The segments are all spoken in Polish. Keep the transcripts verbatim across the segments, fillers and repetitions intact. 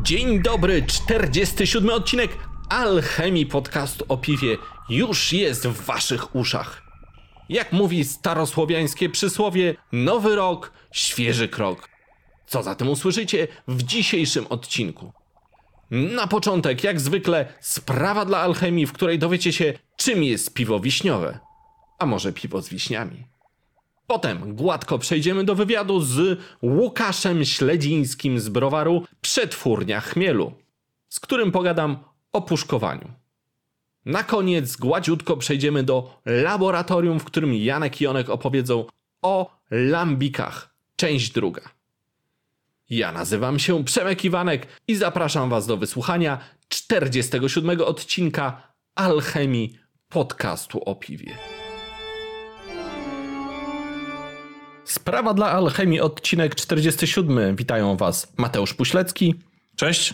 Dzień dobry, czterdziesty siódmy odcinek Alchemii podcastu o piwie już jest w waszych uszach. Jak mówi starosłowiańskie przysłowie, nowy rok, świeży krok. Co zatem usłyszycie w dzisiejszym odcinku? Na początek, jak zwykle, sprawa dla alchemii, w której dowiecie się, czym jest piwo wiśniowe. A może piwo z wiśniami. Potem gładko przejdziemy do wywiadu z Łukaszem Śledzińskim z browaru Przetwórnia Chmielu, z którym pogadam o puszkowaniu. Na koniec gładziutko przejdziemy do laboratorium, w którym Janek i Jonek opowiedzą o lambikach. Część druga. Ja nazywam się Przemek Iwanek i zapraszam was do wysłuchania czterdziestego siódmego odcinka Alchemii podcastu o piwie. Sprawa dla Alchemii, odcinek czterdziesty siódmy. Witają was Mateusz Puślecki. Cześć.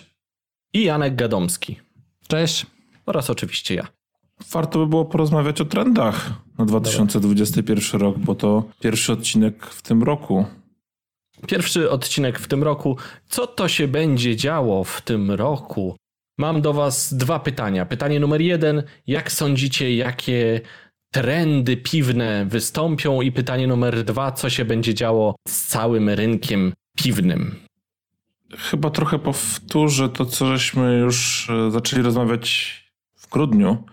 I Janek Gadomski. Cześć. Oraz oczywiście ja. Warto by było porozmawiać o trendach na dwa tysiące dwudziesty pierwszy rok, bo to pierwszy odcinek w tym roku. Pierwszy odcinek w tym roku. Co to się będzie działo w tym roku? Mam do was dwa pytania. Pytanie numer jeden. Jak sądzicie, jakie trendy piwne wystąpią? I pytanie numer dwa. Co się będzie działo z całym rynkiem piwnym? Chyba trochę powtórzę to, co żeśmy już zaczęli rozmawiać w grudniu.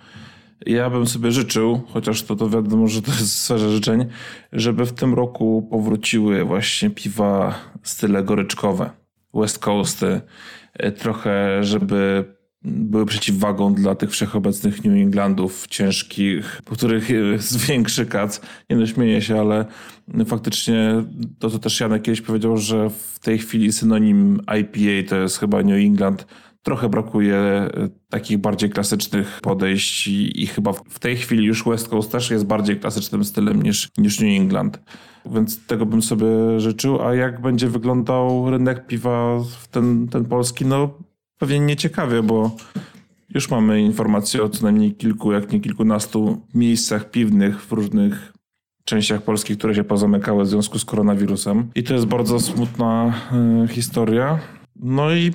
Ja bym sobie życzył, chociaż to, to wiadomo, że to jest w sferze życzeń, żeby w tym roku powróciły właśnie piwa style goryczkowe, West Coasty, trochę żeby były przeciwwagą dla tych wszechobecnych New Englandów ciężkich, po których jest większy kac. Nie no, śmieję się, ale faktycznie to, co też Janek kiedyś powiedział, że w tej chwili synonim I P A to jest chyba New England. Trochę brakuje takich bardziej klasycznych podejść i, i chyba w tej chwili już West Coast też jest bardziej klasycznym stylem niż, niż New England. Więc tego bym sobie życzył. A jak będzie wyglądał rynek piwa ten, ten polski? No pewnie nieciekawie, bo już mamy informacje o co najmniej kilku, jak nie kilkunastu miejscach piwnych w różnych częściach Polski, które się pozamykały w związku z koronawirusem. I to jest bardzo smutna y, historia. No i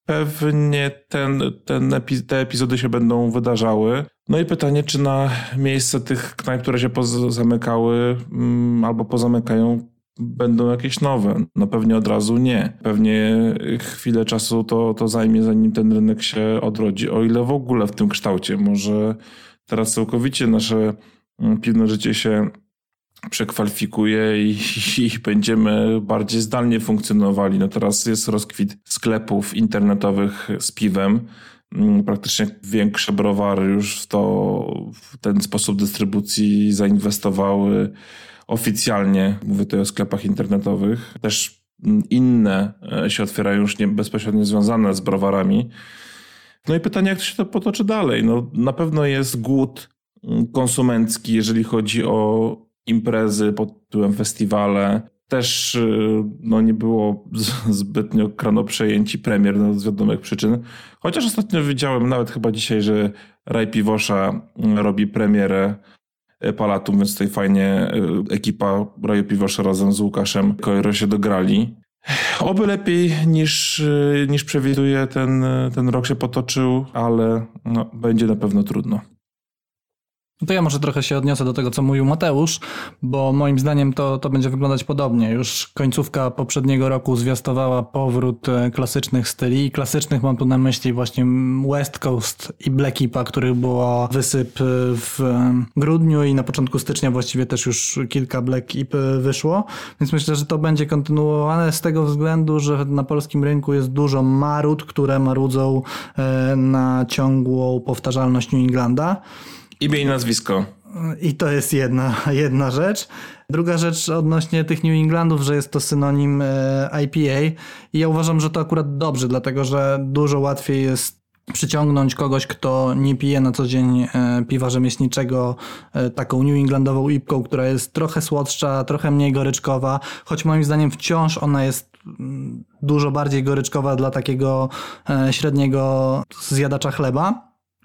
pewnie ten, ten epi- te epizody się będą wydarzały. No i pytanie, czy na miejsce tych knajp, które się pozamykały mm, albo pozamykają, będą jakieś nowe. No pewnie od razu nie. Pewnie chwilę czasu to, to zajmie, zanim ten rynek się odrodzi. O ile w ogóle w tym kształcie. Może teraz całkowicie nasze piwne życie się przekwalifikuje i, i będziemy bardziej zdalnie funkcjonowali. No teraz jest rozkwit sklepów internetowych z piwem. Praktycznie większe browary już w to, w ten sposób dystrybucji zainwestowały oficjalnie. Mówię tutaj o sklepach internetowych. Też inne się otwierają już nie bezpośrednio związane z browarami. No i pytanie, jak to się to potoczy dalej? No na pewno jest głód konsumencki, jeżeli chodzi o imprezy pod tytułem festiwale. Też no, nie było zbytnio kranoprzejęci premier no, z wiadomych przyczyn. Chociaż ostatnio widziałem nawet chyba dzisiaj, że Raj Piwosza robi premierę Palatum, więc tutaj fajnie ekipa Raju Piwosza razem z Łukaszem Kojro się dograli. Oby lepiej niż, niż przewiduje ten, ten rok się potoczył, ale no, będzie na pewno trudno. To ja może trochę się odniosę do tego, co mówił Mateusz, bo moim zdaniem to, to będzie wyglądać podobnie. Już końcówka poprzedniego roku zwiastowała powrót klasycznych styli. Klasycznych mam tu na myśli właśnie West Coast i Black I P A, których było wysyp w grudniu i na początku stycznia właściwie też już kilka Black I P A wyszło. Więc myślę, że to będzie kontynuowane z tego względu, że na polskim rynku jest dużo marud, które marudzą na ciągłą powtarzalność New Englanda. Imię i nazwisko. I to jest jedna, jedna rzecz. Druga rzecz odnośnie tych New Englandów, że jest to synonim I P A i ja uważam, że to akurat dobrze, dlatego że dużo łatwiej jest przyciągnąć kogoś, kto nie pije na co dzień piwa rzemieślniczego taką New Englandową I P A-ką, która jest trochę słodsza, trochę mniej goryczkowa, choć moim zdaniem wciąż ona jest dużo bardziej goryczkowa dla takiego średniego zjadacza chleba.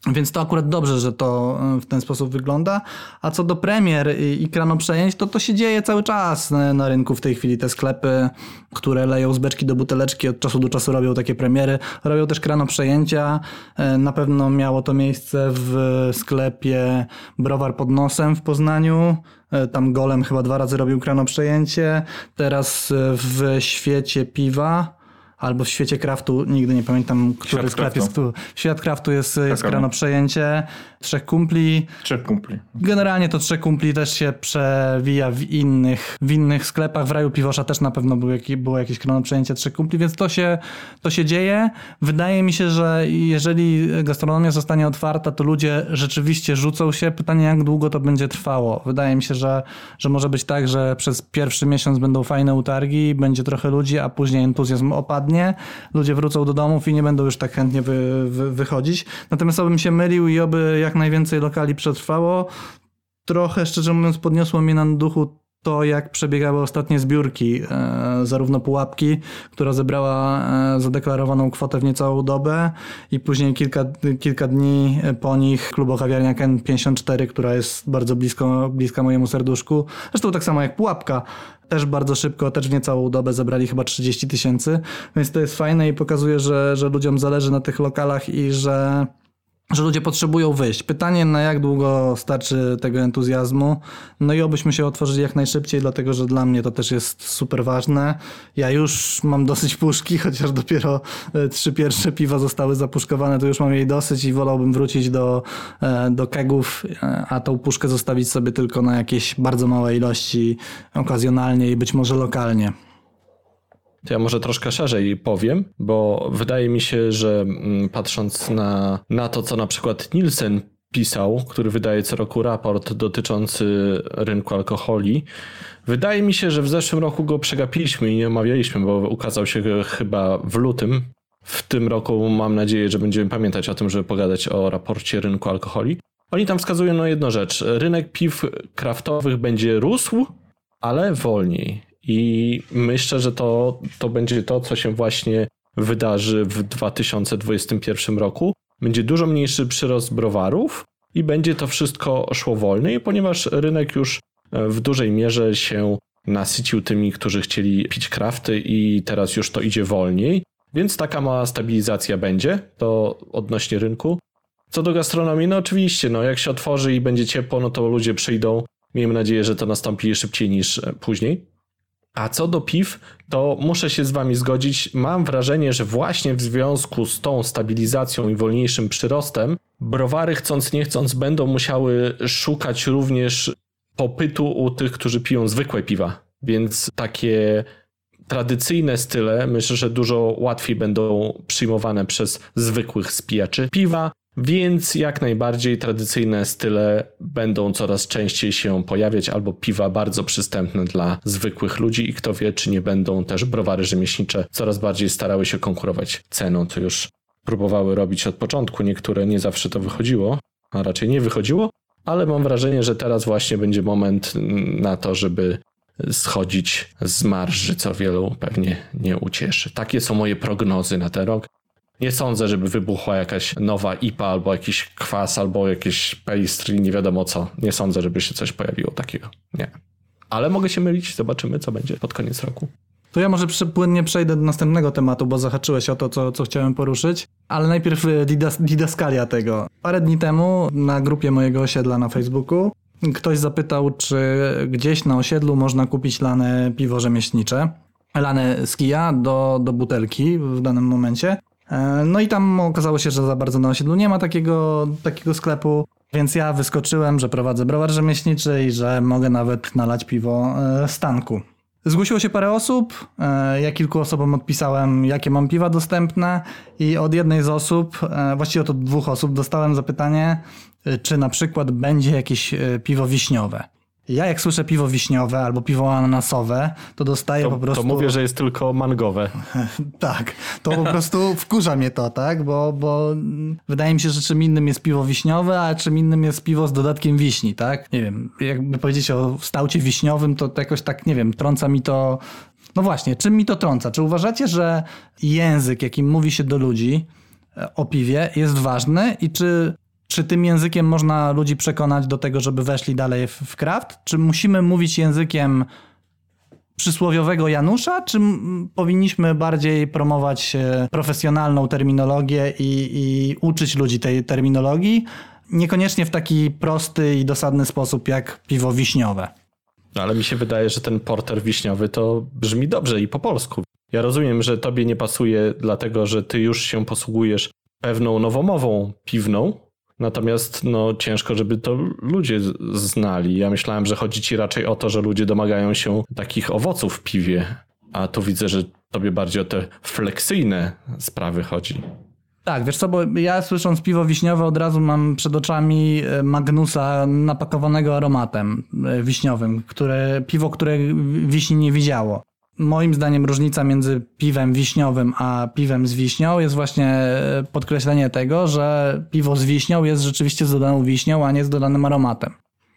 Więc to akurat dobrze, że to w ten sposób wygląda. A co do premier i, i kranoprzejęć, to to się dzieje cały czas na, na rynku w tej chwili. Te sklepy, które leją z beczki do buteleczki, od czasu do czasu robią takie premiery. Robią też kranoprzejęcia. Na pewno miało to miejsce w sklepie Browar pod Nosem w Poznaniu. Tam Golem chyba dwa razy robił kranoprzejęcie. Teraz w świecie piwa albo w świecie craftu, nigdy nie pamiętam, który Świat sklep jest craftu. tu. W świat craftu jest, jest Tak, kranoprzejęcie. Trzech kumpli. Trzech kumpli. Generalnie to Trzech kumpli też się przewija w innych, w innych sklepach. W Raju Piwosza też na pewno był jak, było jakieś kranoprzejęcie Trzech kumpli, więc to się, to się dzieje. Wydaje mi się, że jeżeli gastronomia zostanie otwarta, to ludzie rzeczywiście rzucą się. Pytanie, jak długo to będzie trwało. Wydaje mi się, że, że może być tak, że przez pierwszy miesiąc będą fajne utargi, będzie trochę ludzi, a później entuzjazm opadnie. Ludzie wrócą do domów i nie będą już tak chętnie wy, wy, wychodzić. Natomiast obym się mylił i oby jak najwięcej lokali przetrwało. Trochę, szczerze mówiąc, podniosło mnie na duchu to, jak przebiegały ostatnie zbiórki, e, zarówno Pułapki, która zebrała e, zadeklarowaną kwotę w niecałą dobę i później kilka, kilka dni po nich klubokawiarnia Ken pięćdziesiąt cztery, która jest bardzo blisko, bliska mojemu serduszku. Zresztą tak samo jak Pułapka. Też bardzo szybko, też w niecałą dobę zebrali chyba trzydzieści tysięcy, więc to jest fajne i pokazuje, że, że ludziom zależy na tych lokalach i że że ludzie potrzebują wyjść. Pytanie, na jak długo starczy tego entuzjazmu. No i obyśmy się otworzyli jak najszybciej, dlatego że dla mnie to też jest super ważne. Ja już mam dosyć puszki, chociaż dopiero trzy pierwsze piwa zostały zapuszkowane, to już mam jej dosyć i wolałbym wrócić do, do kegów, a tą puszkę zostawić sobie tylko na jakieś bardzo małe ilości, okazjonalnie i być może lokalnie. To ja może troszkę szerzej powiem, bo wydaje mi się, że patrząc na, na to, co na przykład Nielsen pisał, który wydaje co roku raport dotyczący rynku alkoholi, wydaje mi się, że w zeszłym roku go przegapiliśmy i nie omawialiśmy, bo ukazał się chyba w lutym. W tym roku mam nadzieję, że będziemy pamiętać o tym, żeby pogadać o raporcie rynku alkoholi. Oni tam wskazują na jedną rzecz. Rynek piw kraftowych będzie rósł, ale wolniej. I myślę, że to, to będzie to, co się właśnie wydarzy w dwa tysiące dwudziestym pierwszym roku. Będzie dużo mniejszy przyrost browarów i będzie to wszystko szło wolniej, ponieważ rynek już w dużej mierze się nasycił tymi, którzy chcieli pić krafty i teraz już to idzie wolniej. Więc taka mała stabilizacja będzie, to odnośnie rynku. Co do gastronomii, no oczywiście, no jak się otworzy i będzie ciepło, no to ludzie przyjdą. Miejmy nadzieję, że to nastąpi szybciej niż później. A co do piw, to muszę się z wami zgodzić. Mam wrażenie, że właśnie w związku z tą stabilizacją i wolniejszym przyrostem browary chcąc nie chcąc będą musiały szukać również popytu u tych, którzy piją zwykłe piwa. Więc takie tradycyjne style myślę, że dużo łatwiej będą przyjmowane przez zwykłych spijaczy piwa. Więc jak najbardziej tradycyjne style będą coraz częściej się pojawiać, albo piwa bardzo przystępne dla zwykłych ludzi i kto wie, czy nie będą też browary rzemieślnicze coraz bardziej starały się konkurować ceną, co już próbowały robić od początku. Niektóre nie zawsze to wychodziło, a raczej nie wychodziło, ale mam wrażenie, że teraz właśnie będzie moment na to, żeby schodzić z marży, co wielu pewnie nie ucieszy. Takie są moje prognozy na ten rok. Nie sądzę, żeby wybuchła jakaś nowa I P A albo jakiś kwas, albo jakieś pastry, nie wiadomo co. Nie sądzę, żeby się coś pojawiło takiego. Nie. Ale mogę się mylić, zobaczymy, co będzie pod koniec roku. To ja może płynnie przejdę do następnego tematu, bo zahaczyłeś o to, co, co chciałem poruszyć. Ale najpierw didas, didaskalia tego. Parę dni temu na grupie mojego osiedla na Facebooku ktoś zapytał, czy gdzieś na osiedlu można kupić lane piwo rzemieślnicze. Lane z kija do, do butelki w danym momencie. No i tam okazało się, że za bardzo na osiedlu nie ma takiego, takiego sklepu, więc ja wyskoczyłem, że prowadzę browar rzemieślniczy i że mogę nawet nalać piwo z tanku. Zgłosiło się parę osób, ja kilku osobom odpisałem, jakie mam piwa dostępne i od jednej z osób, właściwie od dwóch osób dostałem zapytanie, czy na przykład będzie jakieś piwo wiśniowe. Ja jak słyszę piwo wiśniowe albo piwo ananasowe, to dostaję to, po prostu... To mówię, że jest tylko mangowe. Tak, to po prostu wkurza mnie to, tak? Bo, bo wydaje mi się, że czym innym jest piwo wiśniowe, a czym innym jest piwo z dodatkiem wiśni, tak? Nie wiem, jakby powiedzieć o staucie wiśniowym, to, to jakoś tak, nie wiem, trąca mi to... No właśnie, czym mi to trąca? Czy uważacie, że język, jakim mówi się do ludzi o piwie jest ważny i czy czy tym językiem można ludzi przekonać do tego, żeby weszli dalej w, w craft? Czy musimy mówić językiem przysłowiowego Janusza, czy m- powinniśmy bardziej promować e, profesjonalną terminologię i, i uczyć ludzi tej terminologii? Niekoniecznie w taki prosty i dosadny sposób jak piwo wiśniowe. No ale mi się wydaje, że ten porter wiśniowy to brzmi dobrze i po polsku. Ja rozumiem, że tobie nie pasuje, dlatego że ty już się posługujesz pewną nowomową piwną, natomiast no ciężko, żeby to ludzie z- znali. Ja myślałem, że chodzi ci raczej o to, że ludzie domagają się takich owoców w piwie, a tu widzę, że tobie bardziej o te fleksyjne sprawy chodzi. Tak, wiesz co, bo ja słysząc piwo wiśniowe od razu mam przed oczami Magnusa napakowanego aromatem wiśniowym, które, piwo, które wiśni nie widziało. Moim zdaniem różnica między piwem wiśniowym a piwem z wiśnią jest właśnie podkreślenie tego, że piwo z wiśnią jest rzeczywiście z dodaną wiśnią, a nie z dodanym aromatem.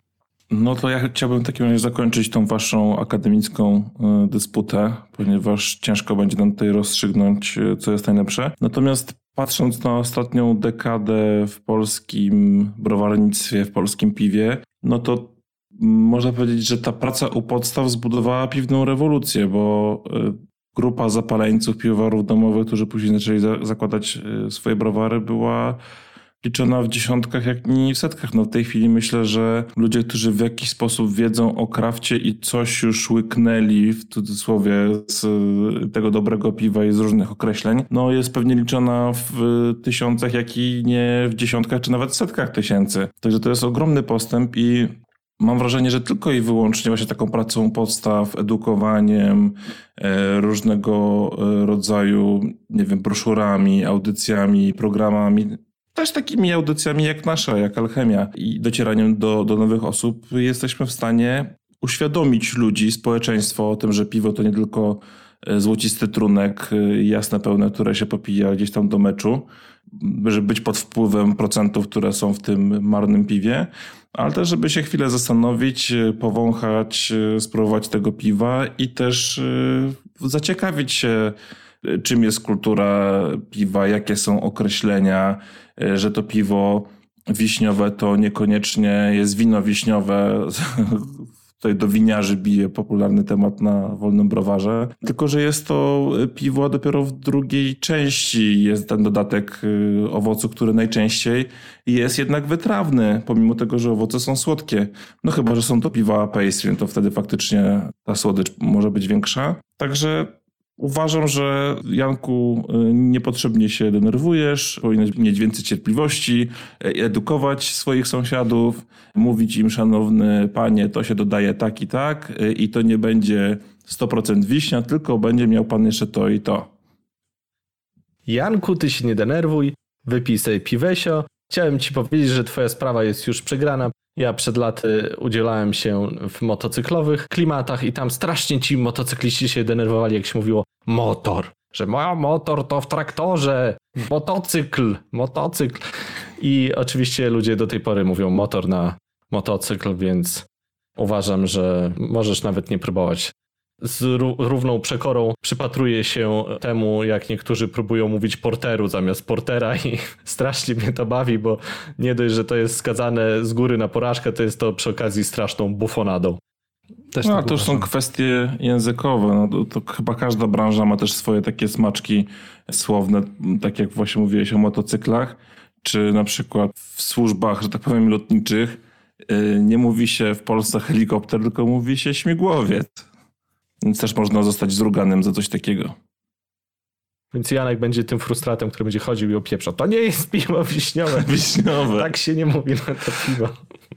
No to ja chciałbym w takim razie zakończyć tą waszą akademicką y, dysputę, ponieważ ciężko będzie nam tutaj rozstrzygnąć, y, co jest najlepsze. Natomiast patrząc na ostatnią dekadę w polskim browarnictwie, w polskim piwie, no to można powiedzieć, że ta praca u podstaw zbudowała piwną rewolucję, bo y, grupa zapaleńców piwowarów domowych, którzy później zaczęli za- zakładać y, swoje browary, była liczona w dziesiątkach, jak nie w setkach. No w tej chwili myślę, że ludzie, którzy w jakiś sposób wiedzą o krafcie i coś już łyknęli, w cudzysłowie, z tego dobrego piwa i z różnych określeń, no jest pewnie liczona w tysiącach, jak i nie w dziesiątkach, czy nawet setkach tysięcy. Także to jest ogromny postęp i mam wrażenie, że tylko i wyłącznie właśnie taką pracą podstaw, edukowaniem, e, różnego rodzaju, nie wiem, broszurami, audycjami, programami, też takimi audycjami jak nasza, jak Alchemia i docieraniem do, do nowych osób jesteśmy w stanie uświadomić ludzi, społeczeństwo o tym, że piwo to nie tylko złocisty trunek, jasne, pełne, które się popija gdzieś tam do meczu, żeby być pod wpływem procentów, które są w tym marnym piwie, ale też żeby się chwilę zastanowić, powąchać, spróbować tego piwa i też zaciekawić się, czym jest kultura piwa, jakie są określenia, że to piwo wiśniowe to niekoniecznie jest wino wiśniowe. Tutaj do winiarzy bije popularny temat na wolnym browarze. Tylko że jest to piwo, a dopiero w drugiej części jest ten dodatek owocu, który najczęściej jest jednak wytrawny, pomimo tego, że owoce są słodkie. No chyba, że są to piwa pastry, to wtedy faktycznie ta słodycz może być większa. Także uważam, że Janku, niepotrzebnie się denerwujesz, powinieneś mieć więcej cierpliwości, edukować swoich sąsiadów, mówić im, szanowny panie, to się dodaje tak i tak i to nie będzie sto procent wiśnia, tylko będzie miał pan jeszcze to i to. Janku, ty się nie denerwuj, wypij sobie piwesio. Chciałem ci powiedzieć, że twoja sprawa jest już przegrana. Ja przed laty udzielałem się w motocyklowych klimatach i tam strasznie ci motocykliści się denerwowali, jak się mówiło motor. Że moja motor to w traktorze, motocykl, motocykl. I oczywiście ludzie do tej pory mówią motor na motocykl, więc uważam, że możesz nawet nie próbować. Z równą przekorą przypatruję się temu, jak niektórzy próbują mówić porteru zamiast portera i strasznie mnie to bawi, bo nie dość, że to jest skazane z góry na porażkę, to jest to przy okazji straszną bufonadą. Też No, tak to już są uważam. kwestie językowe. No, to, to chyba każda branża ma też swoje takie smaczki słowne, tak jak właśnie mówiłeś o motocyklach, czy na przykład w służbach, że tak powiem, lotniczych nie mówi się w Polsce helikopter, tylko mówi się śmigłowiec. Więc też można zostać zruganym za coś takiego. Więc Janek będzie tym frustratem, który będzie chodził i opieprzał. To nie jest piwo wiśniowe. Wiśniowe. Tak się nie mówi na to piwo.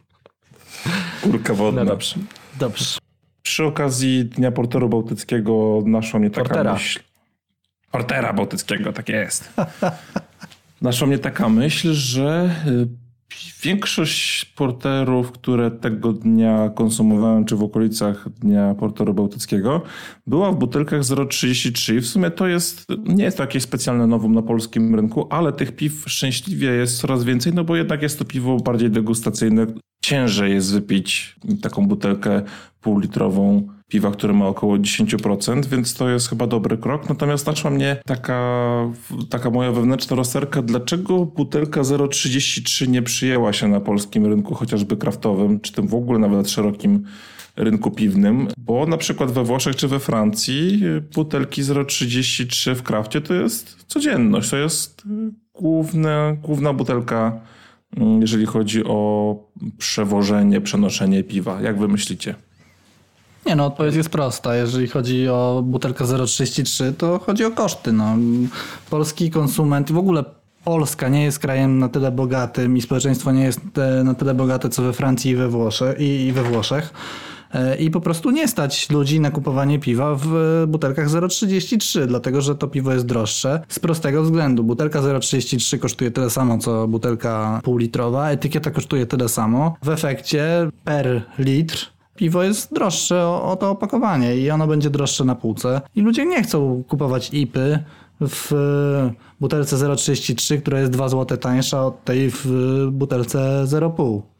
Kurka wodna. No dobrze. Dobrze. Przy okazji Dnia Porteru Bałtyckiego naszła mnie taka Portera. myśl. Portera Bałtyckiego, tak jest. Naszła mnie taka myśl, że większość porterów, które tego dnia konsumowałem, czy w okolicach Dnia Porteru Bałtyckiego, była w butelkach zero przecinek trzydzieści trzy. I w sumie to jest, nie jest to jakieś specjalne nowum na polskim rynku, ale tych piw szczęśliwie jest coraz więcej, no bo jednak jest to piwo bardziej degustacyjne. Ciężej jest wypić taką butelkę półlitrową piwa, które ma około dziesięć procent, więc to jest chyba dobry krok. Natomiast naszła mnie taka, taka moja wewnętrzna rozterka, dlaczego butelka zero przecinek trzydzieści trzy nie przyjęła się na polskim rynku, chociażby kraftowym, czy tym w ogóle nawet szerokim rynku piwnym, bo na przykład we Włoszech czy we Francji butelki zero przecinek trzydzieści trzy w krafcie to jest codzienność, to jest główna, główna butelka, jeżeli chodzi o przewożenie, przenoszenie piwa. Jak wy myślicie? Nie no, odpowiedź jest prosta. Jeżeli chodzi o butelkę zero przecinek trzydzieści trzy, to chodzi o koszty. No. Polski konsument i w ogóle Polska nie jest krajem na tyle bogatym i społeczeństwo nie jest na tyle bogate co we Francji i we, Włosze, i we Włoszech. I po prostu nie stać ludzi na kupowanie piwa w butelkach zero przecinek trzydzieści trzy, dlatego że to piwo jest droższe z prostego względu. Butelka zero przecinek trzydzieści trzy kosztuje tyle samo co butelka półlitrowa, etykieta kosztuje tyle samo. W efekcie per litr piwo jest droższe o, o to opakowanie i ono będzie droższe na półce. I ludzie nie chcą kupować I P Y w butelce zero przecinek trzydzieści trzy, która jest dwa złote tańsza od tej w butelce zero przecinek pięć.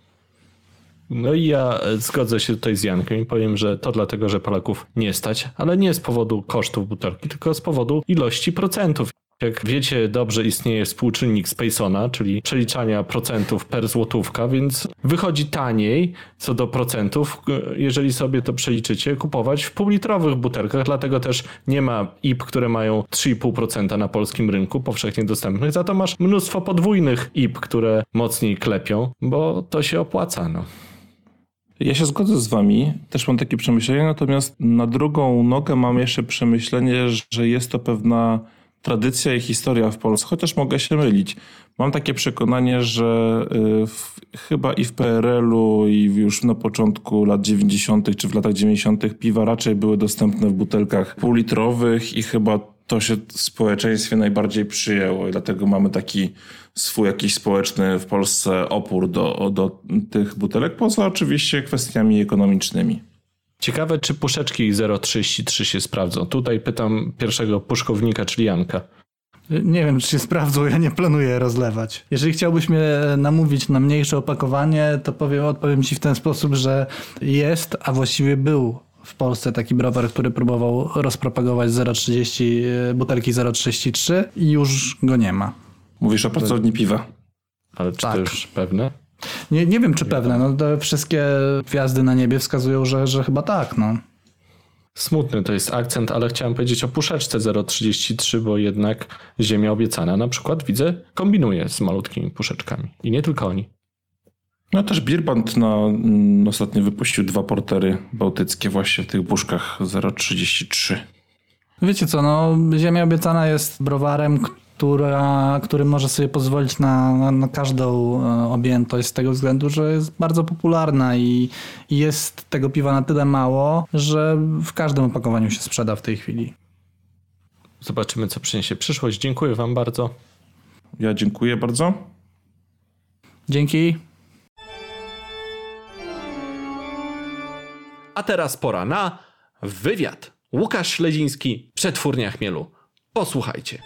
No i ja zgodzę się tutaj z Jankiem i powiem, że to dlatego, że Polaków nie stać, ale nie z powodu kosztów butelki, tylko z powodu ilości procentów. Jak wiecie, dobrze istnieje współczynnik Spacona, czyli przeliczania procentów per złotówka, więc wychodzi taniej co do procentów, jeżeli sobie to przeliczycie, kupować w półlitrowych butelkach, dlatego też nie ma I P, które mają trzy i pół procent na polskim rynku, powszechnie dostępnych, za to masz mnóstwo podwójnych I P, które mocniej klepią, bo to się opłaca, no. Ja się zgodzę z wami, też mam takie przemyślenie, natomiast na drugą nogę mam jeszcze przemyślenie, że jest to pewna tradycja i historia w Polsce, chociaż mogę się mylić. Mam takie przekonanie, że w, chyba i w P R L-u i już na początku lat dziewięćdziesiątych czy w latach dziewięćdziesiątych piwa raczej były dostępne w butelkach półlitrowych i chyba to się w społeczeństwie najbardziej przyjęło i dlatego mamy taki swój jakiś społeczny w Polsce opór do, do tych butelek, poza oczywiście kwestiami ekonomicznymi. Ciekawe, czy puszeczki zero przecinek trzydzieści trzy się sprawdzą. Tutaj pytam pierwszego puszkownika, czyli Janka. Nie wiem, czy się sprawdzą, ja nie planuję rozlewać. Jeżeli chciałbyś mnie namówić na mniejsze opakowanie, to powiem, odpowiem ci w ten sposób, że jest, a właściwie był w Polsce taki browar, który próbował rozpropagować zero przecinek trzydzieści, butelki zero przecinek trzydzieści trzy i już go nie ma. Mówisz o pracowni piwa. Ale czy tak. to już pewne? Nie, nie wiem, czy pewne. No, te wszystkie gwiazdy na niebie wskazują, że, że chyba tak. No. Smutny to jest akcent, ale chciałem powiedzieć o puszeczce zero przecinek trzydzieści trzy, bo jednak Ziemia Obiecana na przykład, widzę, kombinuje z malutkimi puszeczkami. I nie tylko oni. No też Beerband na, mm, ostatnio wypuścił dwa portery bałtyckie właśnie w tych puszkach zero przecinek trzydzieści trzy. Wiecie co, no Ziemia Obiecana jest browarem, która, który może sobie pozwolić na, na, na każdą objętość z tego względu, że jest bardzo popularna i, i jest tego piwa na tyle mało, że w każdym opakowaniu się sprzeda w tej chwili. Zobaczymy, co przyniesie przyszłość. Dziękuję wam bardzo. Ja dziękuję bardzo. Dzięki. A teraz pora na wywiad. Łukasz Śledziński, Przetwórnia Chmielu. Posłuchajcie.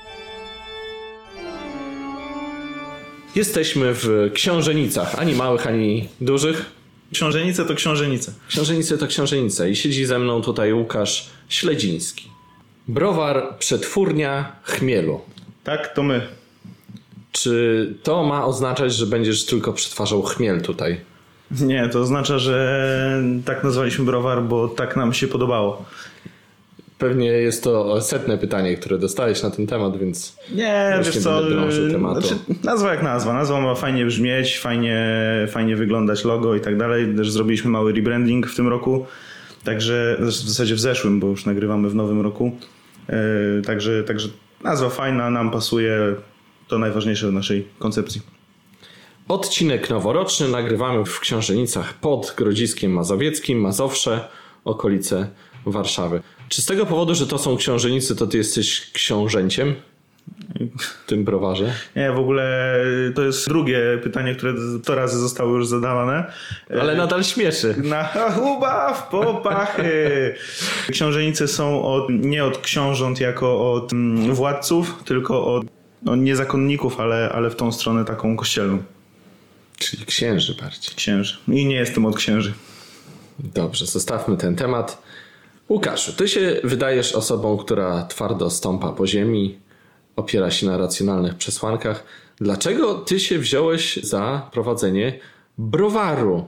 Jesteśmy w Książenicach, ani małych, ani dużych. Książenice to książenice. Książenice to książenice i siedzi ze mną tutaj Łukasz Śledziński. Browar Przetwórnia Chmielu. Tak, to my. Czy to ma oznaczać, że będziesz tylko przetwarzał chmiel tutaj? Nie, to oznacza, że tak nazwaliśmy browar, bo tak nam się podobało. Pewnie jest to setne pytanie, które dostałeś na ten temat, więc Nie, już wiesz nie co, będę drążył tematu. znaczy, nazwa jak nazwa. Nazwa ma fajnie brzmieć, fajnie, fajnie wyglądać logo i tak dalej. Też zrobiliśmy mały rebranding w tym roku. Także w zasadzie w zeszłym, bo już nagrywamy w nowym roku. Yy, także, także nazwa fajna, nam pasuje. To najważniejsze w naszej koncepcji. Odcinek noworoczny nagrywamy w Książenicach pod Grodziskiem Mazowieckim, Mazowsze, okolice Warszawy. Czy z tego powodu, że to są książenice, to ty jesteś książęciem w tym browarze? Nie, w ogóle to jest drugie pytanie, które sto razy zostało już zadawane. Ale nadal śmieszy. Na ubaw, popachy. Książenice są od, nie od książąt jako od mm, władców, tylko od no, nie zakonników, ale, ale w tą stronę taką kościelną. Czyli księży bardziej. Księży. I nie jestem od księży. Dobrze, zostawmy ten temat. Łukaszu, ty się wydajesz osobą, która twardo stąpa po ziemi, opiera się na racjonalnych przesłankach. Dlaczego ty się wziąłeś za prowadzenie browaru?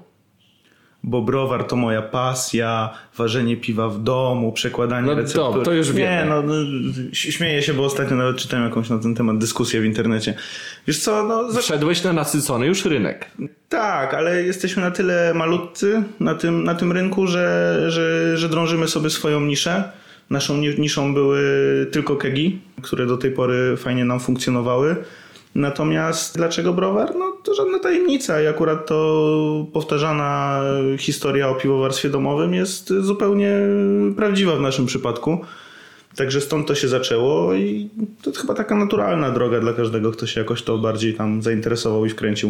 Bo browar to moja pasja, ważenie piwa w domu, przekładanie No receptur. to, to już Nie, wiemy. no, no śmieję się, bo ostatnio nawet czytałem jakąś na ten temat dyskusję w internecie. Wiesz co, no... Za... Wszedłeś na nasycony już rynek. Tak, ale jesteśmy na tyle malutcy na tym, na tym rynku, że, że, że drążymy sobie swoją niszę. Naszą niszą były tylko kegi, które do tej pory fajnie nam funkcjonowały. Natomiast dlaczego browar? No to żadna tajemnica i akurat to powtarzana historia o piwowarstwie domowym jest zupełnie prawdziwa w naszym przypadku. Także stąd to się zaczęło i to chyba taka naturalna droga dla każdego, kto się jakoś to bardziej tam zainteresował i wkręcił.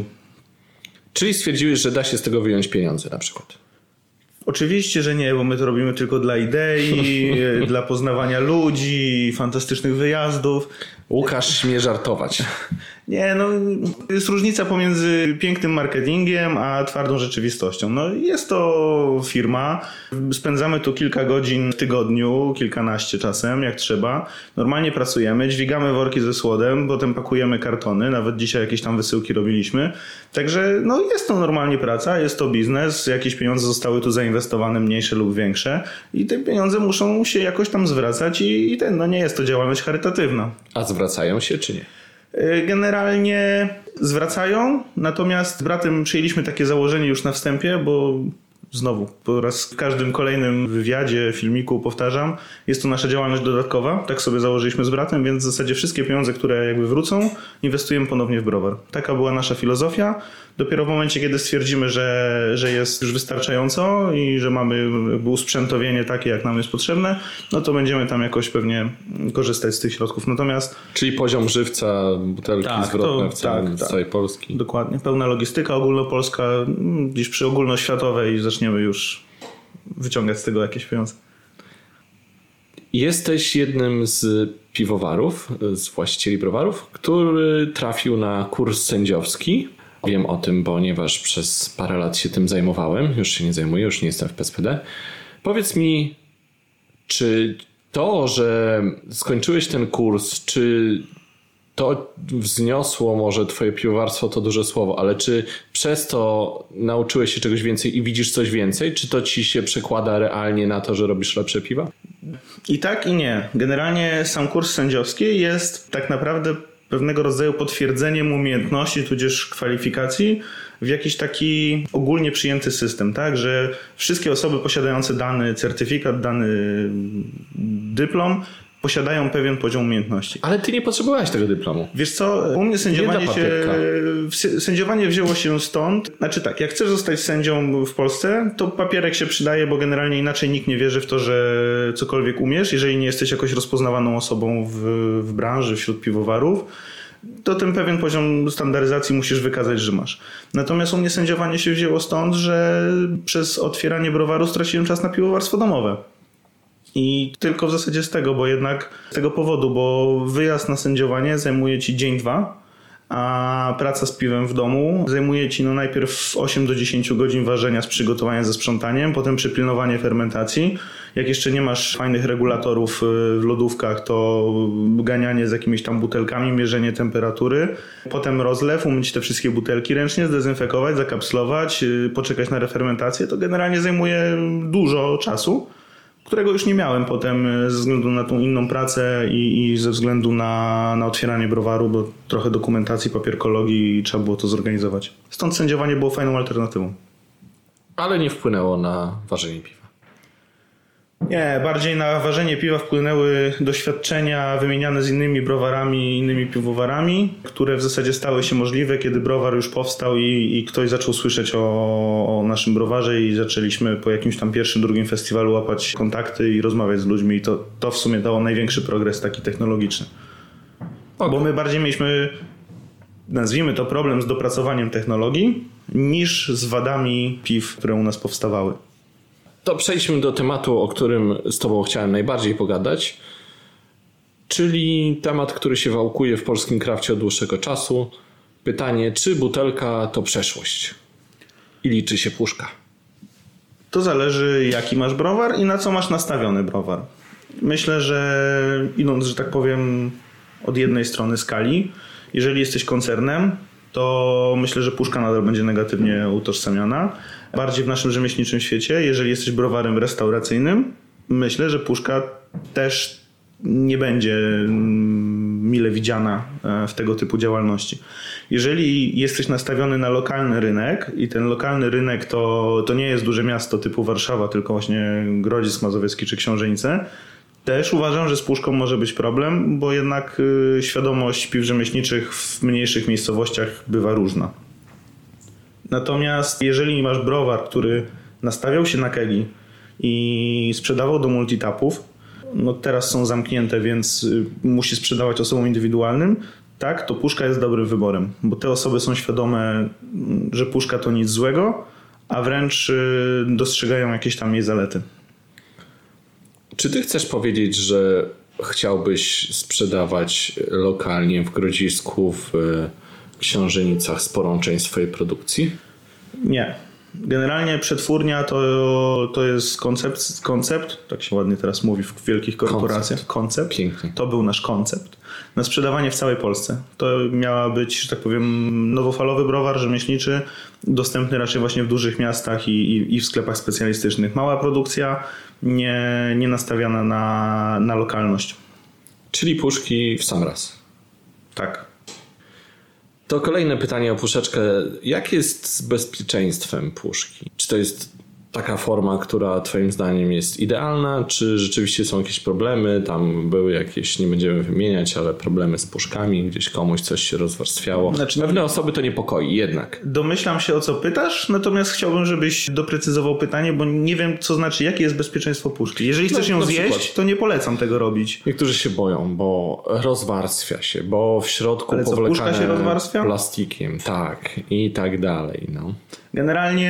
Czyli stwierdziłeś, że da się z tego wyjąć pieniądze na przykład. Oczywiście, że nie, bo my to robimy tylko dla idei, dla poznawania ludzi, fantastycznych wyjazdów. Łukasz śmie żartować. Nie, no jest różnica pomiędzy pięknym marketingiem a twardą rzeczywistością. No jest to firma, spędzamy tu kilka godzin w tygodniu, kilkanaście czasem, jak trzeba. Normalnie pracujemy, dźwigamy worki ze słodem, potem pakujemy kartony, nawet dzisiaj jakieś tam wysyłki robiliśmy. Także no jest to normalnie praca, jest to biznes, jakieś pieniądze zostały tu zainwestowane, mniejsze lub większe i te pieniądze muszą się jakoś tam zwracać i, i ten, no nie jest to działalność charytatywna. A zwracają się czy nie? Generalnie zwracają, natomiast z bratem przyjęliśmy takie założenie już na wstępie, bo znowu po raz w każdym kolejnym wywiadzie, filmiku powtarzam, jest to nasza działalność dodatkowa, tak sobie założyliśmy z bratem, więc w zasadzie wszystkie pieniądze, które jakby wrócą, inwestujemy ponownie w browar. Taka była nasza filozofia. Dopiero w momencie, kiedy stwierdzimy, że, że jest już wystarczająco i że mamy jakby usprzętowienie takie, jak nam jest potrzebne, no to będziemy tam jakoś pewnie korzystać z tych środków. Natomiast Czyli poziom żywca, butelki tak, zwrotne to, w całym, tak, tak. całej Polski. Dokładnie. Pełna logistyka ogólnopolska, gdzieś przy ogólnoświatowej zaczniemy już wyciągać z tego jakieś pieniądze. Jesteś jednym z piwowarów, z właścicieli browarów, który trafił na kurs sędziowski. Wiem o tym, ponieważ przez parę lat się tym zajmowałem. Już się nie zajmuję, już nie jestem w P S P D. Powiedz mi, czy to, że skończyłeś ten kurs, czy to wzniosło może twoje piwowarstwo, to duże słowo, ale czy przez to nauczyłeś się czegoś więcej i widzisz coś więcej? Czy to ci się przekłada realnie na to, że robisz lepsze piwa? I tak i nie. Generalnie sam kurs sędziowski jest tak naprawdę pewnego rodzaju potwierdzeniem umiejętności tudzież kwalifikacji w jakiś taki ogólnie przyjęty system, tak, że wszystkie osoby posiadające dany certyfikat, dany dyplom posiadają pewien poziom umiejętności. Ale ty nie potrzebowałeś tego dyplomu. Wiesz co, u mnie sędziowanie, Nie się, sędziowanie wzięło się stąd. Znaczy tak, jak chcesz zostać sędzią w Polsce, to papierek się przydaje, bo generalnie inaczej nikt nie wierzy w to, że cokolwiek umiesz, jeżeli nie jesteś jakoś rozpoznawaną osobą w, w branży, wśród piwowarów, to ten pewien poziom standaryzacji musisz wykazać, że masz. Natomiast u mnie sędziowanie się wzięło stąd, że przez otwieranie browaru straciłem czas na piwowarstwo domowe. I tylko w zasadzie z tego, bo jednak z tego powodu, bo wyjazd na sędziowanie zajmuje ci dzień, dwa, a praca z piwem w domu zajmuje ci no najpierw osiem do dziesięciu godzin ważenia z przygotowaniem ze sprzątaniem, potem przypilnowanie fermentacji. Jak jeszcze nie masz fajnych regulatorów w lodówkach, to ganianie z jakimiś tam butelkami, mierzenie temperatury, potem rozlew, umyć te wszystkie butelki ręcznie, zdezynfekować, zakapslować, poczekać na refermentację. To generalnie zajmuje dużo czasu, którego już nie miałem potem ze względu na tą inną pracę i, i ze względu na, na otwieranie browaru, bo trochę dokumentacji, papierkologii i trzeba było to zorganizować. Stąd sędziowanie było fajną alternatywą. Ale nie wpłynęło na ważenie piwa. Nie, bardziej na ważenie piwa wpłynęły doświadczenia wymieniane z innymi browarami i innymi piwowarami, które w zasadzie stały się możliwe, kiedy browar już powstał i, i ktoś zaczął słyszeć o, o naszym browarze i zaczęliśmy po jakimś tam pierwszym, drugim festiwalu łapać kontakty i rozmawiać z ludźmi i to, to w sumie dało największy progres taki technologiczny. Okay. Bo my bardziej mieliśmy, nazwijmy to, problem z dopracowaniem technologii niż z wadami piw, które u nas powstawały. To przejdźmy do tematu, o którym z tobą chciałem najbardziej pogadać, czyli temat, który się wałkuje w polskim krafcie od dłuższego czasu. Pytanie, czy butelka to przeszłość? I liczy się puszka? To zależy, jaki masz browar i na co masz nastawiony browar. Myślę, że idąc, że tak powiem, od jednej strony skali, jeżeli jesteś koncernem, to myślę, że puszka nadal będzie negatywnie utożsamiana. Bardziej w naszym rzemieślniczym świecie, jeżeli jesteś browarem restauracyjnym, myślę, że puszka też nie będzie mile widziana w tego typu działalności. Jeżeli jesteś nastawiony na lokalny rynek i ten lokalny rynek to, to nie jest duże miasto typu Warszawa, tylko właśnie Grodzisk Mazowiecki czy Książenice, też uważam, że z puszką może być problem, bo jednak świadomość piw rzemieślniczych w mniejszych miejscowościach bywa różna. Natomiast jeżeli masz browar, który nastawiał się na kegi i sprzedawał do multitapów, no teraz są zamknięte, więc musi sprzedawać osobom indywidualnym, tak, to puszka jest dobrym wyborem, bo te osoby są świadome, że puszka to nic złego, a wręcz dostrzegają jakieś tam jej zalety. Czy ty chcesz powiedzieć, że chciałbyś sprzedawać lokalnie w Grodzisku, w Książenicach sporą część swojej produkcji? Nie. Generalnie przetwórnia to, to jest koncept, koncept, tak się ładnie teraz mówi w wielkich korporacjach. Koncept. Pięknie. To był nasz koncept. Na sprzedawanie w całej Polsce. To miała być, że tak powiem, nowofalowy browar rzemieślniczy, dostępny raczej właśnie w dużych miastach i, i, i w sklepach specjalistycznych. Mała produkcja, nie, nie nastawiana na, na lokalność. Czyli puszki w sam raz. Tak. To kolejne pytanie o puszeczkę. Jak jest z bezpieczeństwem puszki? Czy to jest taka forma, która twoim zdaniem jest idealna? Czy rzeczywiście są jakieś problemy? Tam były jakieś, nie będziemy wymieniać, ale problemy z puszkami, gdzieś komuś coś się rozwarstwiało. Znaczy, pewne osoby to niepokoi jednak. Domyślam się, o co pytasz, natomiast chciałbym, żebyś doprecyzował pytanie, bo nie wiem, co znaczy, jakie jest bezpieczeństwo puszki. Jeżeli chcesz no, ją na zjeść, przykład. to nie polecam tego robić. Niektórzy się boją, bo rozwarstwia się, bo w środku Ale co, puszka powlekane się rozwarstwia? plastikiem. Tak, i tak dalej. No. Generalnie...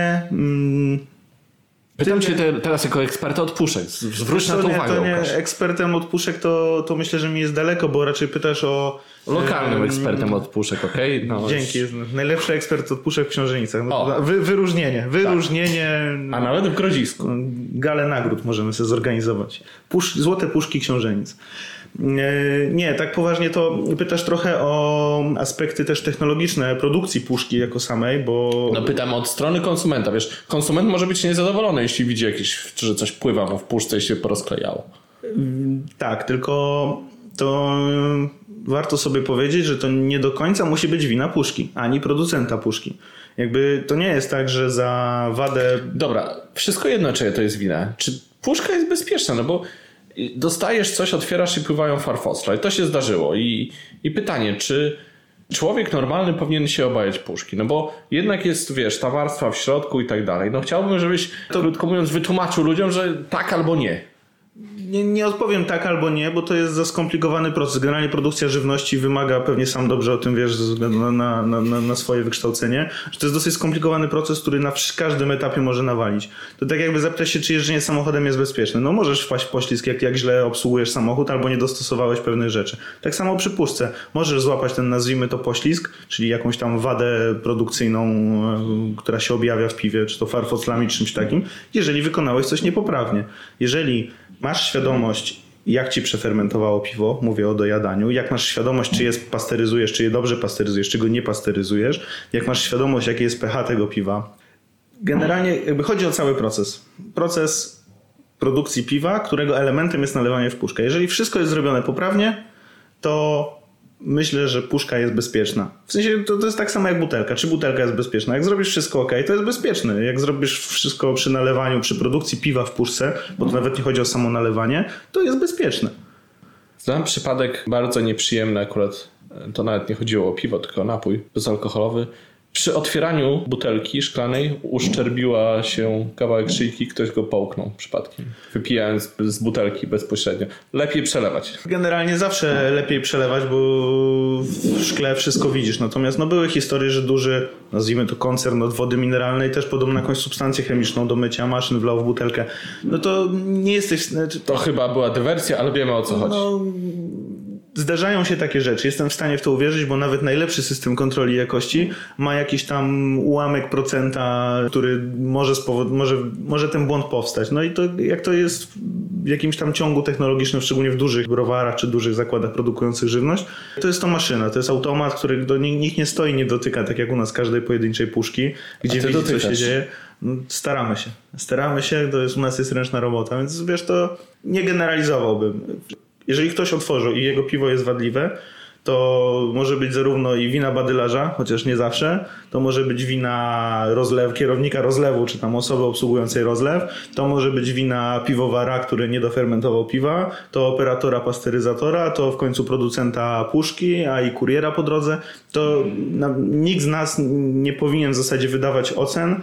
Mm, Pytam cię te, teraz jako eksperta od puszek. Zwróć na to nie, uwagę. to nie, Łukasz. ekspertem od puszek to, to myślę, że mi jest daleko, bo raczej pytasz o... Lokalnym em, ekspertem od puszek, okej? Okay? No, Dzięki. Jest najlepszy ekspert od puszek w Książenicach. No, O. wy, wyróżnienie. Wyróżnienie. A nawet w Grodzisku. Galę nagród możemy sobie zorganizować. Pusz, złote puszki Książenic. Nie, tak poważnie to pytasz trochę o aspekty też technologiczne produkcji puszki jako samej, bo... No pytam od strony konsumenta, wiesz, konsument może być niezadowolony, jeśli widzi jakieś, że coś pływa mu w puszce i się porozklejało. Tak, tylko to warto sobie powiedzieć, że to nie do końca musi być wina puszki, ani producenta puszki. Jakby to nie jest tak, że za wadę... Dobra, wszystko jedno, czyje to jest wina. Czy puszka jest bezpieczna? No bo dostajesz coś, otwierasz i pływają farfosla. I to się zdarzyło. I, i pytanie, czy człowiek normalny powinien się obawiać puszki? No bo jednak jest, wiesz, ta warstwa w środku i tak dalej. No chciałbym, żebyś, to krótko mówiąc, wytłumaczył ludziom, że tak albo nie. Nie, nie odpowiem tak albo nie, bo to jest za skomplikowany proces. Generalnie produkcja żywności wymaga, pewnie sam dobrze o tym wiesz, ze względu na, na, na, na swoje wykształcenie, że to jest dosyć skomplikowany proces, który na każdym etapie może nawalić. To tak jakby zapytać się, czy jeżdżenie samochodem jest bezpieczne. No możesz wpaść w poślizg, jak, jak źle obsługujesz samochód albo nie dostosowałeś pewnych rzeczy. Tak samo przy puszce. Możesz złapać ten, nazwijmy to, poślizg, czyli jakąś tam wadę produkcyjną, która się objawia w piwie, czy to farfoclami, czy czymś takim, jeżeli wykonałeś coś niepoprawnie. Jeżeli masz świadomość, jak ci przefermentowało piwo, mówię o dojadaniu, jak masz świadomość, czy je pasteryzujesz, czy je dobrze pasteryzujesz, czy go nie pasteryzujesz, jak masz świadomość, jaki jest pH tego piwa. Generalnie jakby chodzi o cały proces. Proces produkcji piwa, którego elementem jest nalewanie w puszkę. Jeżeli wszystko jest zrobione poprawnie, to myślę, że puszka jest bezpieczna. W sensie to, to jest tak samo jak butelka. Czy butelka jest bezpieczna? Jak zrobisz wszystko ok, to jest bezpieczne. Jak zrobisz wszystko przy nalewaniu, przy produkcji piwa w puszce, bo to nawet nie chodzi o samo nalewanie, to jest bezpieczne. Znam przypadek bardzo nieprzyjemny akurat. To nawet nie chodziło o piwo, tylko o napój bezalkoholowy. Przy otwieraniu butelki szklanej uszczerbiła się kawałek szyjki, ktoś go połknął przypadkiem, wypijając z butelki bezpośrednio. Lepiej przelewać. Generalnie zawsze lepiej przelewać, bo w szkle wszystko widzisz. Natomiast no, były historie, że duży, nazwijmy to koncern od wody mineralnej, też podobno jakąś substancję chemiczną do mycia maszyn wlał w butelkę. No to nie jesteś... To chyba była dywersja, ale wiemy o co chodzi. No, zdarzają się takie rzeczy. Jestem w stanie w to uwierzyć, bo nawet najlepszy system kontroli jakości ma jakiś tam ułamek procenta, który może, spowod- może, może ten błąd powstać. No i to jak to jest w jakimś tam ciągu technologicznym, szczególnie w dużych browarach czy dużych zakładach produkujących żywność, to jest to maszyna, to jest automat, który do, nikt nie stoi, nie dotyka, tak jak u nas każdej pojedynczej puszki, gdzie widzi, co się dzieje. No, staramy się. Staramy się, to jest, u nas jest ręczna robota, więc wiesz, to nie generalizowałbym. Jeżeli ktoś otworzył i jego piwo jest wadliwe, to może być zarówno i wina badylarza, chociaż nie zawsze, to może być wina rozlew, kierownika rozlewu, czy tam osoby obsługującej rozlew, to może być wina piwowara, który nie dofermentował piwa, to operatora pasteryzatora, to w końcu producenta puszki, a i kuriera po drodze. To na, nikt z nas nie powinien w zasadzie wydawać ocen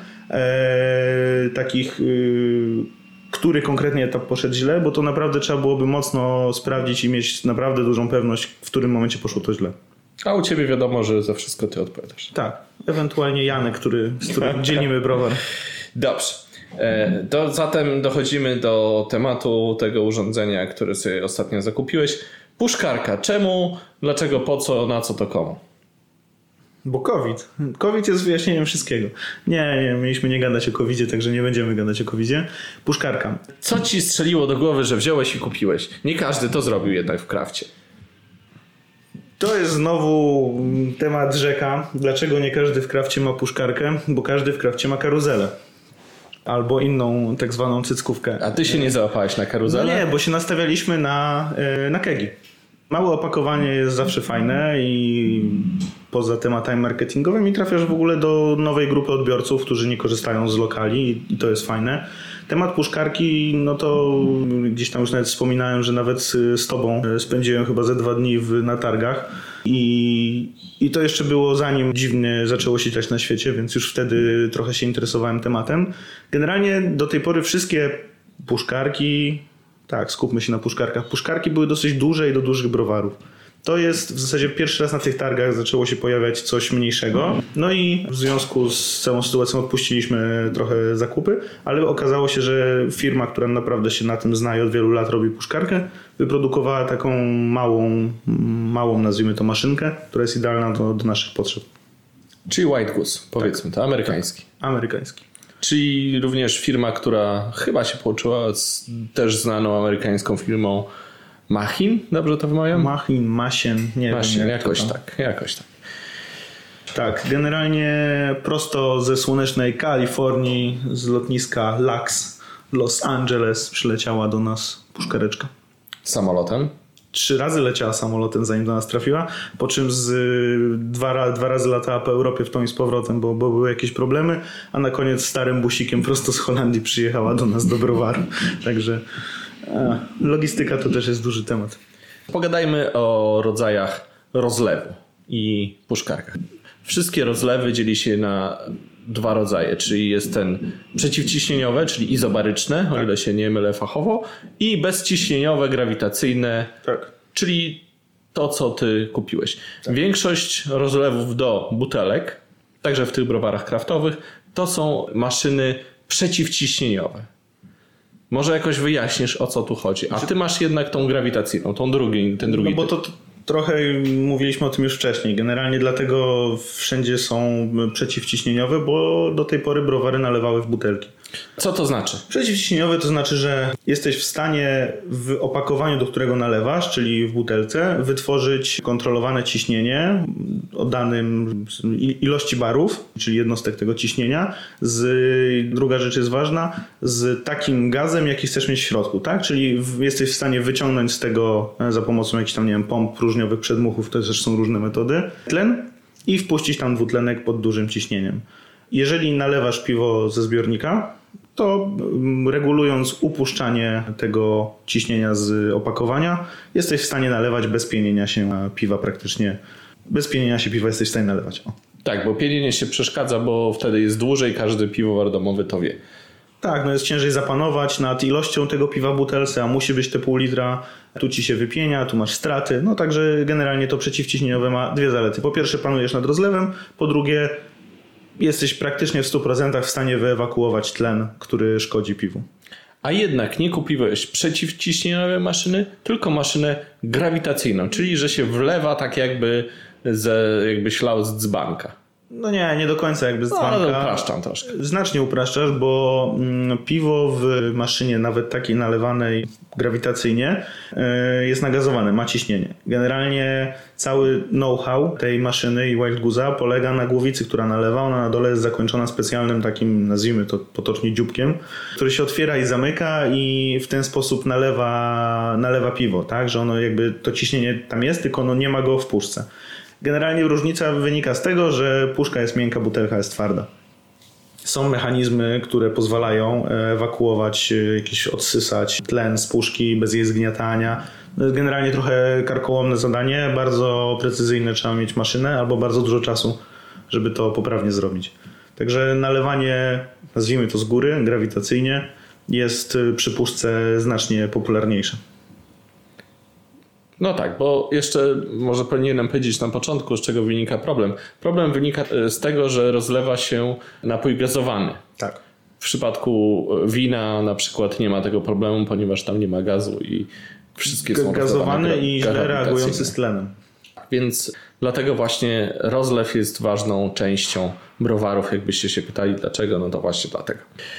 e, takich... E, który konkretnie etap poszedł źle, bo to naprawdę trzeba byłoby mocno sprawdzić i mieć naprawdę dużą pewność, w którym momencie poszło to źle. A u ciebie wiadomo, że za wszystko ty odpowiadasz. Tak, ewentualnie Janek, który, z którym dzielimy browar. Dobrze. E, to zatem dochodzimy do tematu tego urządzenia, które sobie ostatnio zakupiłeś. Puszkarka. Czemu, dlaczego, po co, na co to komu? Bo COVID. COVID jest wyjaśnieniem wszystkiego. Nie, nie, mieliśmy nie gadać o kowidzie, także nie będziemy gadać o kowidzie. Puszkarka. Co ci strzeliło do głowy, że wziąłeś i kupiłeś? Nie każdy to zrobił jednak w krafcie. To jest znowu temat rzeka. Dlaczego nie każdy w krafcie ma puszkarkę? Bo każdy w krafcie ma karuzelę. Albo inną tak zwaną cyckówkę. A ty się nie załapałeś na karuzelę? No nie, bo się nastawialiśmy na, na kegi. Małe opakowanie jest zawsze fajne i poza tematami marketingowymi trafiasz w ogóle do nowej grupy odbiorców, którzy nie korzystają z lokali i to jest fajne. Temat puszkarki, no to gdzieś tam już nawet wspominałem, że nawet z tobą spędziłem chyba ze dwa dni w, na targach i, i to jeszcze było zanim dziwnie zaczęło się dziać na świecie, więc już wtedy trochę się interesowałem tematem. Generalnie do tej pory wszystkie puszkarki... Tak, skupmy się na puszkarkach. Puszkarki były dosyć duże i do dużych browarów. To jest w zasadzie pierwszy raz na tych targach zaczęło się pojawiać coś mniejszego. No i w związku z całą sytuacją odpuściliśmy trochę zakupy, ale okazało się, że firma, która naprawdę się na tym zna i od wielu lat robi puszkarkę, wyprodukowała taką małą, małą nazwijmy to maszynkę, która jest idealna do, do naszych potrzeb. Czyli White Goose, powiedzmy tak. to, amerykański. Tak. Amerykański. Czyli również firma, która chyba się połączyła z też znaną amerykańską firmą Machin, dobrze to wymawiam? Machin, Masien, nie Machin, wiem. jakoś tak, jakoś tak. Tak, generalnie prosto ze słonecznej Kalifornii, z lotniska Lax, Los Angeles przyleciała do nas puszkareczka. Samolotem? Trzy razy leciała samolotem, zanim do nas trafiła, po czym z, dwa, dwa razy latała po Europie w tą i z powrotem, bo, bo były jakieś problemy, a na koniec starym busikiem prosto z Holandii przyjechała do nas do browaru. Także a, logistyka to też jest duży temat. Pogadajmy o rodzajach rozlewu i puszkarkach. Wszystkie rozlewy dzieli się na dwa rodzaje, czyli jest ten przeciwciśnieniowe, czyli izobaryczne, tak. O ile się nie mylę fachowo, i bezciśnieniowe, grawitacyjne, tak. Czyli to, co ty kupiłeś. Tak. Większość rozlewów do butelek, także w tych browarach kraftowych, to są maszyny przeciwciśnieniowe. Może jakoś wyjaśnisz, o co tu chodzi. A ty masz jednak tą grawitacyjną, tą drugi, ten drugi no bo typ. to trochę mówiliśmy o tym już wcześniej. Generalnie dlatego wszędzie są przeciwciśnieniowe, bo do tej pory browary nalewały w butelki. Co to znaczy? Przeciwciśnieniowe to znaczy, że jesteś w stanie w opakowaniu, do którego nalewasz, czyli w butelce, wytworzyć kontrolowane ciśnienie o danym ilości barów, czyli jednostek tego ciśnienia. Z, druga rzecz jest ważna, z takim gazem, jaki chcesz mieć w środku, tak? Czyli w, jesteś w stanie wyciągnąć z tego za pomocą jakichś tam, nie wiem, pomp próżniowych, przedmuchów, to też są różne metody, tlen i wpuścić tam dwutlenek pod dużym ciśnieniem. Jeżeli nalewasz piwo ze zbiornika, to regulując upuszczanie tego ciśnienia z opakowania, jesteś w stanie nalewać bez pienienia się piwa praktycznie. Bez pienienia się piwa jesteś w stanie nalewać. O. Tak, bo pienienie się przeszkadza, bo wtedy jest dłużej, każdy piwowar domowy to wie. Tak, no jest ciężej zapanować nad ilością tego piwa w butelce, a musi być te pół litra, tu ci się wypienia, tu masz straty. No także generalnie to przeciwciśnieniowe ma dwie zalety. Po pierwsze panujesz nad rozlewem, po drugie jesteś praktycznie w stu procentach w stanie wyewakuować tlen, który szkodzi piwu. a jednak nie kupiłeś przeciwciśnieniowej maszyny, tylko maszynę grawitacyjną, czyli że się wlewa tak jakby, ze, jakbyś lał z dzbanka. No nie, nie do końca jakby z No, dzbanka. ale upraszczam troszkę. Znacznie upraszczasz, bo mm, piwo w maszynie, nawet takiej nalewanej grawitacyjnie, y, jest nagazowane, ma ciśnienie. Generalnie cały know-how tej maszyny i Wild Goose'a polega na głowicy, która nalewa. Ona na dole jest zakończona specjalnym takim, nazwijmy to potocznie dzióbkiem, który się otwiera i zamyka i w ten sposób nalewa, nalewa piwo, tak? Że ono jakby to ciśnienie tam jest, tylko ono nie ma go w puszce. Generalnie różnica wynika z tego, że puszka jest miękka, butelka jest twarda. Są mechanizmy, które pozwalają ewakuować, jakieś odsysać tlen z puszki bez jej zgniatania. To jest generalnie trochę karkołomne zadanie, bardzo precyzyjne, trzeba mieć maszynę albo bardzo dużo czasu, żeby to poprawnie zrobić. Także nalewanie, nazwijmy to z góry, grawitacyjnie, jest przy puszce znacznie popularniejsze. No tak, bo jeszcze może powinienem powiedzieć na początku, z czego wynika problem. Problem wynika z tego, że rozlewa się napój gazowany. Tak. W przypadku wina na przykład nie ma tego problemu, ponieważ tam nie ma gazu i wszystkie są gazowany i źle grawitacyjnie. reagujący z tlenem. Więc dlatego właśnie rozlew jest ważną częścią browarów. Jakbyście się pytali dlaczego, no to właśnie dlatego.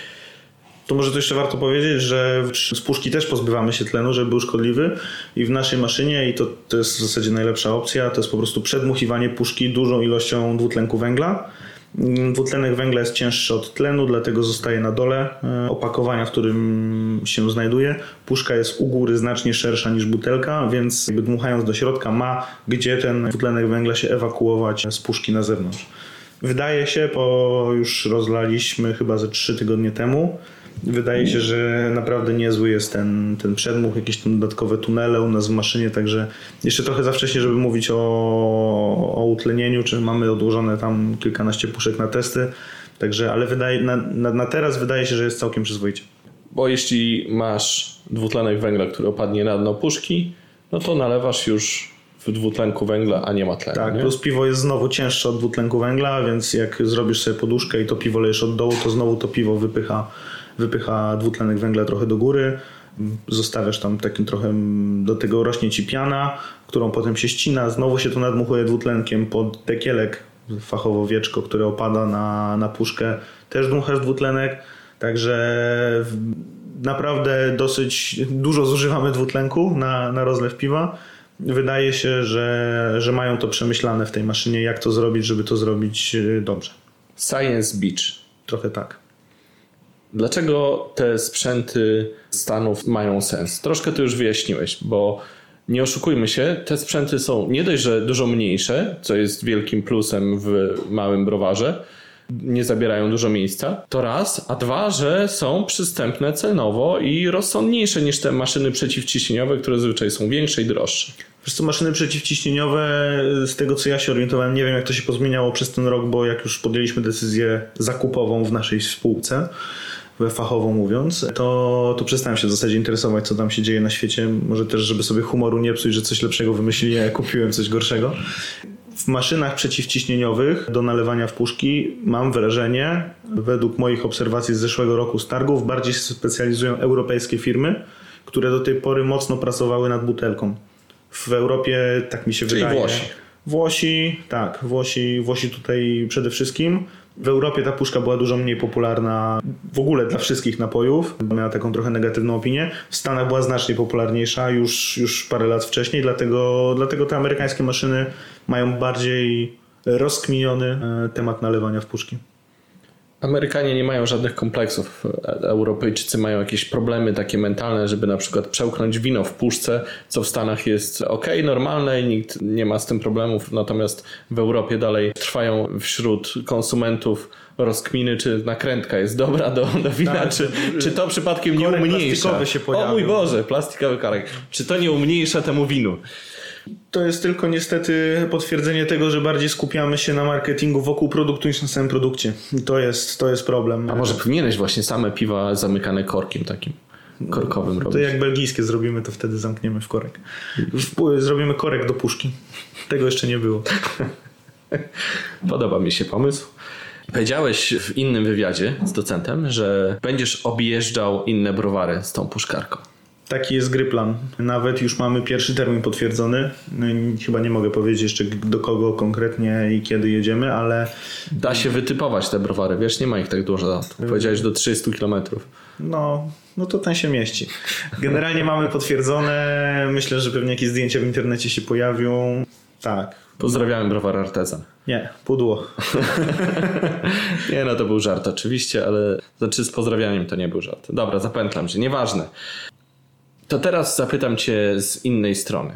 To może to jeszcze warto powiedzieć, że z puszki też pozbywamy się tlenu, żeby był szkodliwy i w naszej maszynie, i to, to jest w zasadzie najlepsza opcja, to jest po prostu przedmuchiwanie puszki dużą ilością dwutlenku węgla. Dwutlenek węgla jest cięższy od tlenu, dlatego zostaje na dole opakowania, w którym się znajduje. Puszka jest u góry znacznie szersza niż butelka, więc jakby dmuchając do środka ma gdzie ten dwutlenek węgla się ewakuować z puszki na zewnątrz. Wydaje się, bo już rozlaliśmy chyba ze trzy tygodnie temu, wydaje się, że naprawdę niezły jest ten, ten przedmuch, jakieś tam dodatkowe tunele u nas w maszynie, także jeszcze trochę za wcześnie, żeby mówić o, o utlenieniu, czy mamy odłożone tam kilkanaście puszek na testy, także, ale wydaje, na, na, na teraz wydaje się, że jest całkiem przyzwoicie. Bo jeśli masz dwutlenek węgla, który opadnie na dno puszki, no to nalewasz już w dwutlenku węgla, a nie ma tlenu. Tak, nie? plus piwo jest znowu cięższe od dwutlenku węgla, więc jak zrobisz sobie poduszkę i to piwo lejesz od dołu, to znowu to piwo wypycha wypycha dwutlenek węgla trochę do góry, zostawiasz tam takim trochę, do tego rośnie ci piana, którą potem się ścina, znowu się to nadmuchuje dwutlenkiem pod dekielek, fachowo wieczko, które opada na, na puszkę, też dmuchasz dwutlenek, także naprawdę dosyć dużo zużywamy dwutlenku na, na rozlew piwa. Wydaje się, że, że mają to przemyślane w tej maszynie, jak to zrobić, żeby to zrobić dobrze. Science Beach. Trochę tak. Dlaczego te sprzęty Stanów mają sens? Troszkę to już wyjaśniłeś, bo nie oszukujmy się, te sprzęty są nie dość, że dużo mniejsze, co jest wielkim plusem w małym browarze, nie zabierają dużo miejsca, to raz, a dwa, że są przystępne cenowo i rozsądniejsze niż te maszyny przeciwciśnieniowe, które zazwyczaj są większe i droższe. Wiesz co, maszyny przeciwciśnieniowe, z tego co ja się orientowałem, nie wiem jak to się pozmieniało przez ten rok, bo jak już podjęliśmy decyzję zakupową w naszej spółce, fachowo mówiąc, to, to przestałem się w zasadzie interesować, co tam się dzieje na świecie. Może też, żeby sobie humoru nie psuć, że coś lepszego wymyślili, a ja kupiłem coś gorszego. W maszynach przeciwciśnieniowych do nalewania w puszki mam wrażenie, według moich obserwacji z zeszłego roku z targów, bardziej się specjalizują europejskie firmy, które do tej pory mocno pracowały nad butelką. W Europie tak mi się Czyli wydaje. Włosi. Włosi, tak, Włosi, Włosi tutaj przede wszystkim. W Europie ta puszka była dużo mniej popularna w ogóle dla wszystkich napojów. Miała taką trochę negatywną opinię. W Stanach była znacznie popularniejsza już, już parę lat wcześniej, dlatego, dlatego te amerykańskie maszyny mają bardziej rozkminiony temat nalewania w puszki. Amerykanie nie mają żadnych kompleksów. Europejczycy mają jakieś problemy takie mentalne, żeby na przykład przełknąć wino w puszce, co w Stanach jest ok, normalne i nikt nie ma z tym problemów. Natomiast w Europie dalej trwają wśród konsumentów rozkminy, czy nakrętka jest dobra do, do wina, tak, czy, czy to przypadkiem nie korek umniejsza. plastikowy się pojawił. O mój Boże, plastikowy korek. Czy to nie umniejsza temu winu? To jest tylko niestety potwierdzenie tego, że bardziej skupiamy się na marketingu wokół produktu niż na samym produkcie. I to jest, to jest problem. A może powinieneś właśnie same piwa zamykane korkiem takim korkowym robić? To jak belgijskie zrobimy, to wtedy zamkniemy w korek. W, zrobimy korek do puszki. Tego jeszcze nie było. Podoba mi się pomysł. Powiedziałeś w innym wywiadzie z docentem, że będziesz objeżdżał inne browary z tą puszkarką. Taki jest gry plan. Nawet już mamy pierwszy termin potwierdzony. No i chyba nie mogę powiedzieć jeszcze do kogo konkretnie i kiedy jedziemy, ale... Da się wytypować te browary, wiesz, nie ma ich tak dużo. Powiedziałeś do trzystu kilometrów. No, no to ten się mieści. Generalnie mamy potwierdzone. Myślę, że pewnie jakieś zdjęcia w internecie się pojawią. Tak. Pozdrawiamy browar Artezan. Nie, pudło. Nie, no to był żart oczywiście, ale znaczy z pozdrawianiem to nie był żart. Dobra, zapętlam się, nieważne. To teraz zapytam cię z innej strony.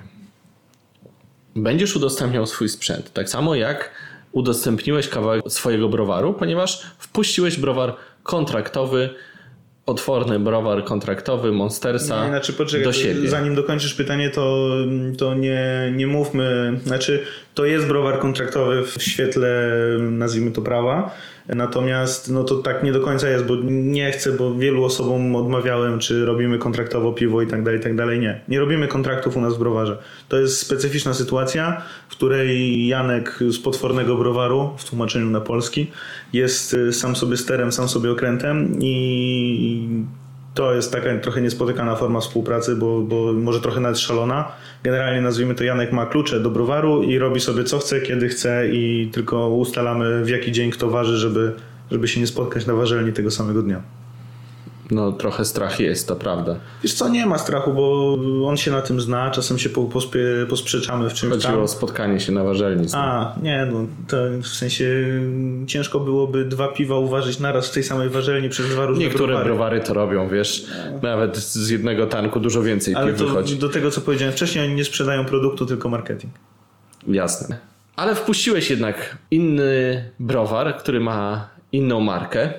Będziesz udostępniał swój sprzęt, tak samo jak udostępniłeś kawałek swojego browaru, ponieważ wpuściłeś browar kontraktowy, otworny browar kontraktowy Monstersa nie, znaczy, poczekaj, do siebie. Zanim dokończysz pytanie, to, to nie, nie mówmy, znaczy to jest browar kontraktowy w świetle, nazwijmy to, prawa, natomiast no to tak nie do końca jest, bo nie chcę, bo wielu osobom odmawiałem, czy robimy kontraktowo piwo i tak dalej, i tak dalej. Nie, nie robimy kontraktów u nas w browarze. To jest specyficzna sytuacja, w której Janek z potwornego browaru, w tłumaczeniu na polski, jest sam sobie sterem, sam sobie okrętem i to jest taka trochę niespotykana forma współpracy, bo, bo może trochę nawet szalona. Generalnie nazwijmy to, Janek ma klucze do browaru i robi sobie co chce, kiedy chce i tylko ustalamy w jaki dzień kto waży, żeby, żeby się nie spotkać na ważelni tego samego dnia. No trochę strach jest, to prawda. Wiesz co, nie ma strachu, bo on się na tym zna, czasem się po, pospie, posprzeczamy w czymś tam. Chodziło o spotkanie się na ważelni. A, nie, no to w sensie ciężko byłoby dwa piwa uważać naraz w tej samej ważelni przez dwa różne Niektóre browary. browary to robią, wiesz, no. Nawet z jednego tanku dużo więcej Ale piw to wychodzi. do tego, co powiedziałem wcześniej, oni nie sprzedają produktu, tylko marketing. Jasne. Ale wpuściłeś jednak inny browar, który ma inną markę.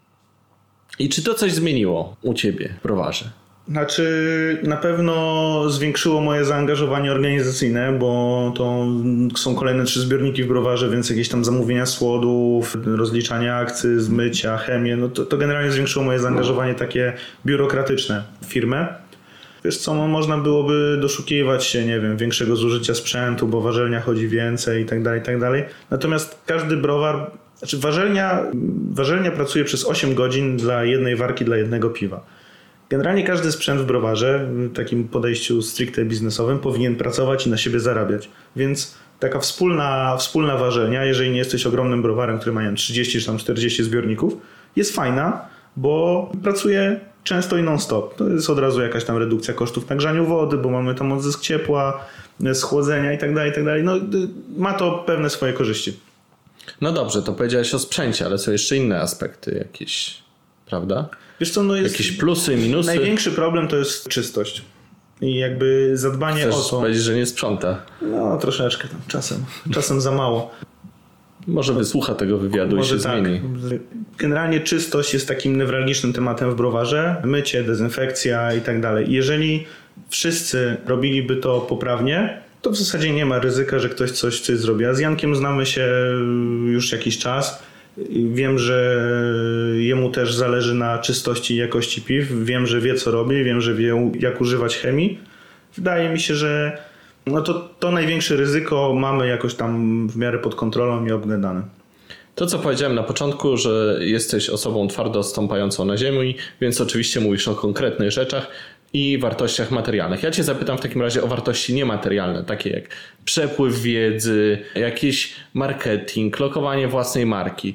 I czy to coś zmieniło u ciebie w browarze? Znaczy, na pewno zwiększyło moje zaangażowanie organizacyjne, bo to są kolejne trzy zbiorniki w browarze, więc jakieś tam zamówienia słodów, rozliczania akcyz, mycia, chemię, no to, to generalnie zwiększyło moje zaangażowanie takie biurokratyczne w firmę. Wiesz co, no można byłoby doszukiwać się, nie wiem, większego zużycia sprzętu, bo ważelnia chodzi więcej i tak dalej, i tak dalej. Natomiast każdy browar, znaczy ważelnia, ważelnia pracuje przez osiem godzin dla jednej warki, dla jednego piwa. Generalnie każdy sprzęt w browarze, w takim podejściu stricte biznesowym, powinien pracować i na siebie zarabiać. Więc taka wspólna, wspólna ważelnia, jeżeli nie jesteś ogromnym browarem, który ma trzydzieści czy tam czterdzieści zbiorników, jest fajna, bo pracuje często i non-stop. To jest od razu jakaś tam redukcja kosztów nagrzaniu wody, bo mamy tam odzysk ciepła, schłodzenia i tak dalej, i tak dalej. No, ma to pewne swoje korzyści. No dobrze, to powiedziałeś o sprzęcie, ale są jeszcze inne aspekty jakieś, prawda? Wiesz co, no jest jakieś plusy, minusy. Największy problem to jest czystość. I jakby zadbanie Chcesz o to. powiedzieć, że nie sprząta. No troszeczkę tam, czasem. Czasem za mało. Może wysłucha tego wywiadu Może i się tak. zmieni. Generalnie czystość jest takim newralgicznym tematem w browarze. Mycie, dezynfekcja i tak dalej. Jeżeli wszyscy robiliby to poprawnie, to w zasadzie nie ma ryzyka, że ktoś coś, coś zrobi. A z Jankiem znamy się już jakiś czas. Wiem, że jemu też zależy na czystości i jakości piw. Wiem, że wie co robi, wiem, że wie jak używać chemii. Wydaje mi się, że no to, to największe ryzyko mamy jakoś tam w miarę pod kontrolą i obgadane. To, co powiedziałem na początku, że jesteś osobą twardo stąpającą na ziemi, więc oczywiście mówisz o konkretnych rzeczach i wartościach materialnych. Ja cię zapytam w takim razie o wartości niematerialne, takie jak przepływ wiedzy, jakiś marketing, lokowanie własnej marki.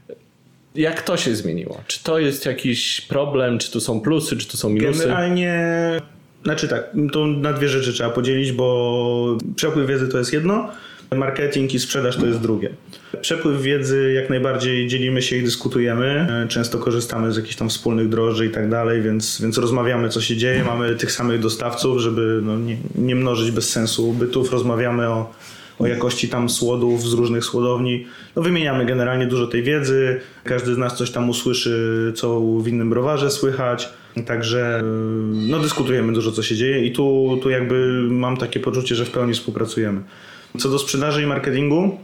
Jak to się zmieniło? Czy to jest jakiś problem, czy tu są plusy, czy tu są minusy? Generalnie, znaczy tak, to na dwie rzeczy trzeba podzielić, bo przepływ wiedzy to jest jedno, marketing i sprzedaż to jest drugie. Przepływ wiedzy jak najbardziej dzielimy się i dyskutujemy. Często korzystamy z jakichś tam wspólnych droży i tak dalej, więc, więc rozmawiamy co się dzieje. Mamy tych samych dostawców, żeby no, nie, nie mnożyć bez sensu bytów. Rozmawiamy o, o jakości tam słodów z różnych słodowni. No, wymieniamy generalnie dużo tej wiedzy. Każdy z nas coś tam usłyszy, co w innym browarze słychać. Także no, dyskutujemy dużo co się dzieje i tu, tu jakby mam takie poczucie, że w pełni współpracujemy. Co do sprzedaży i marketingu,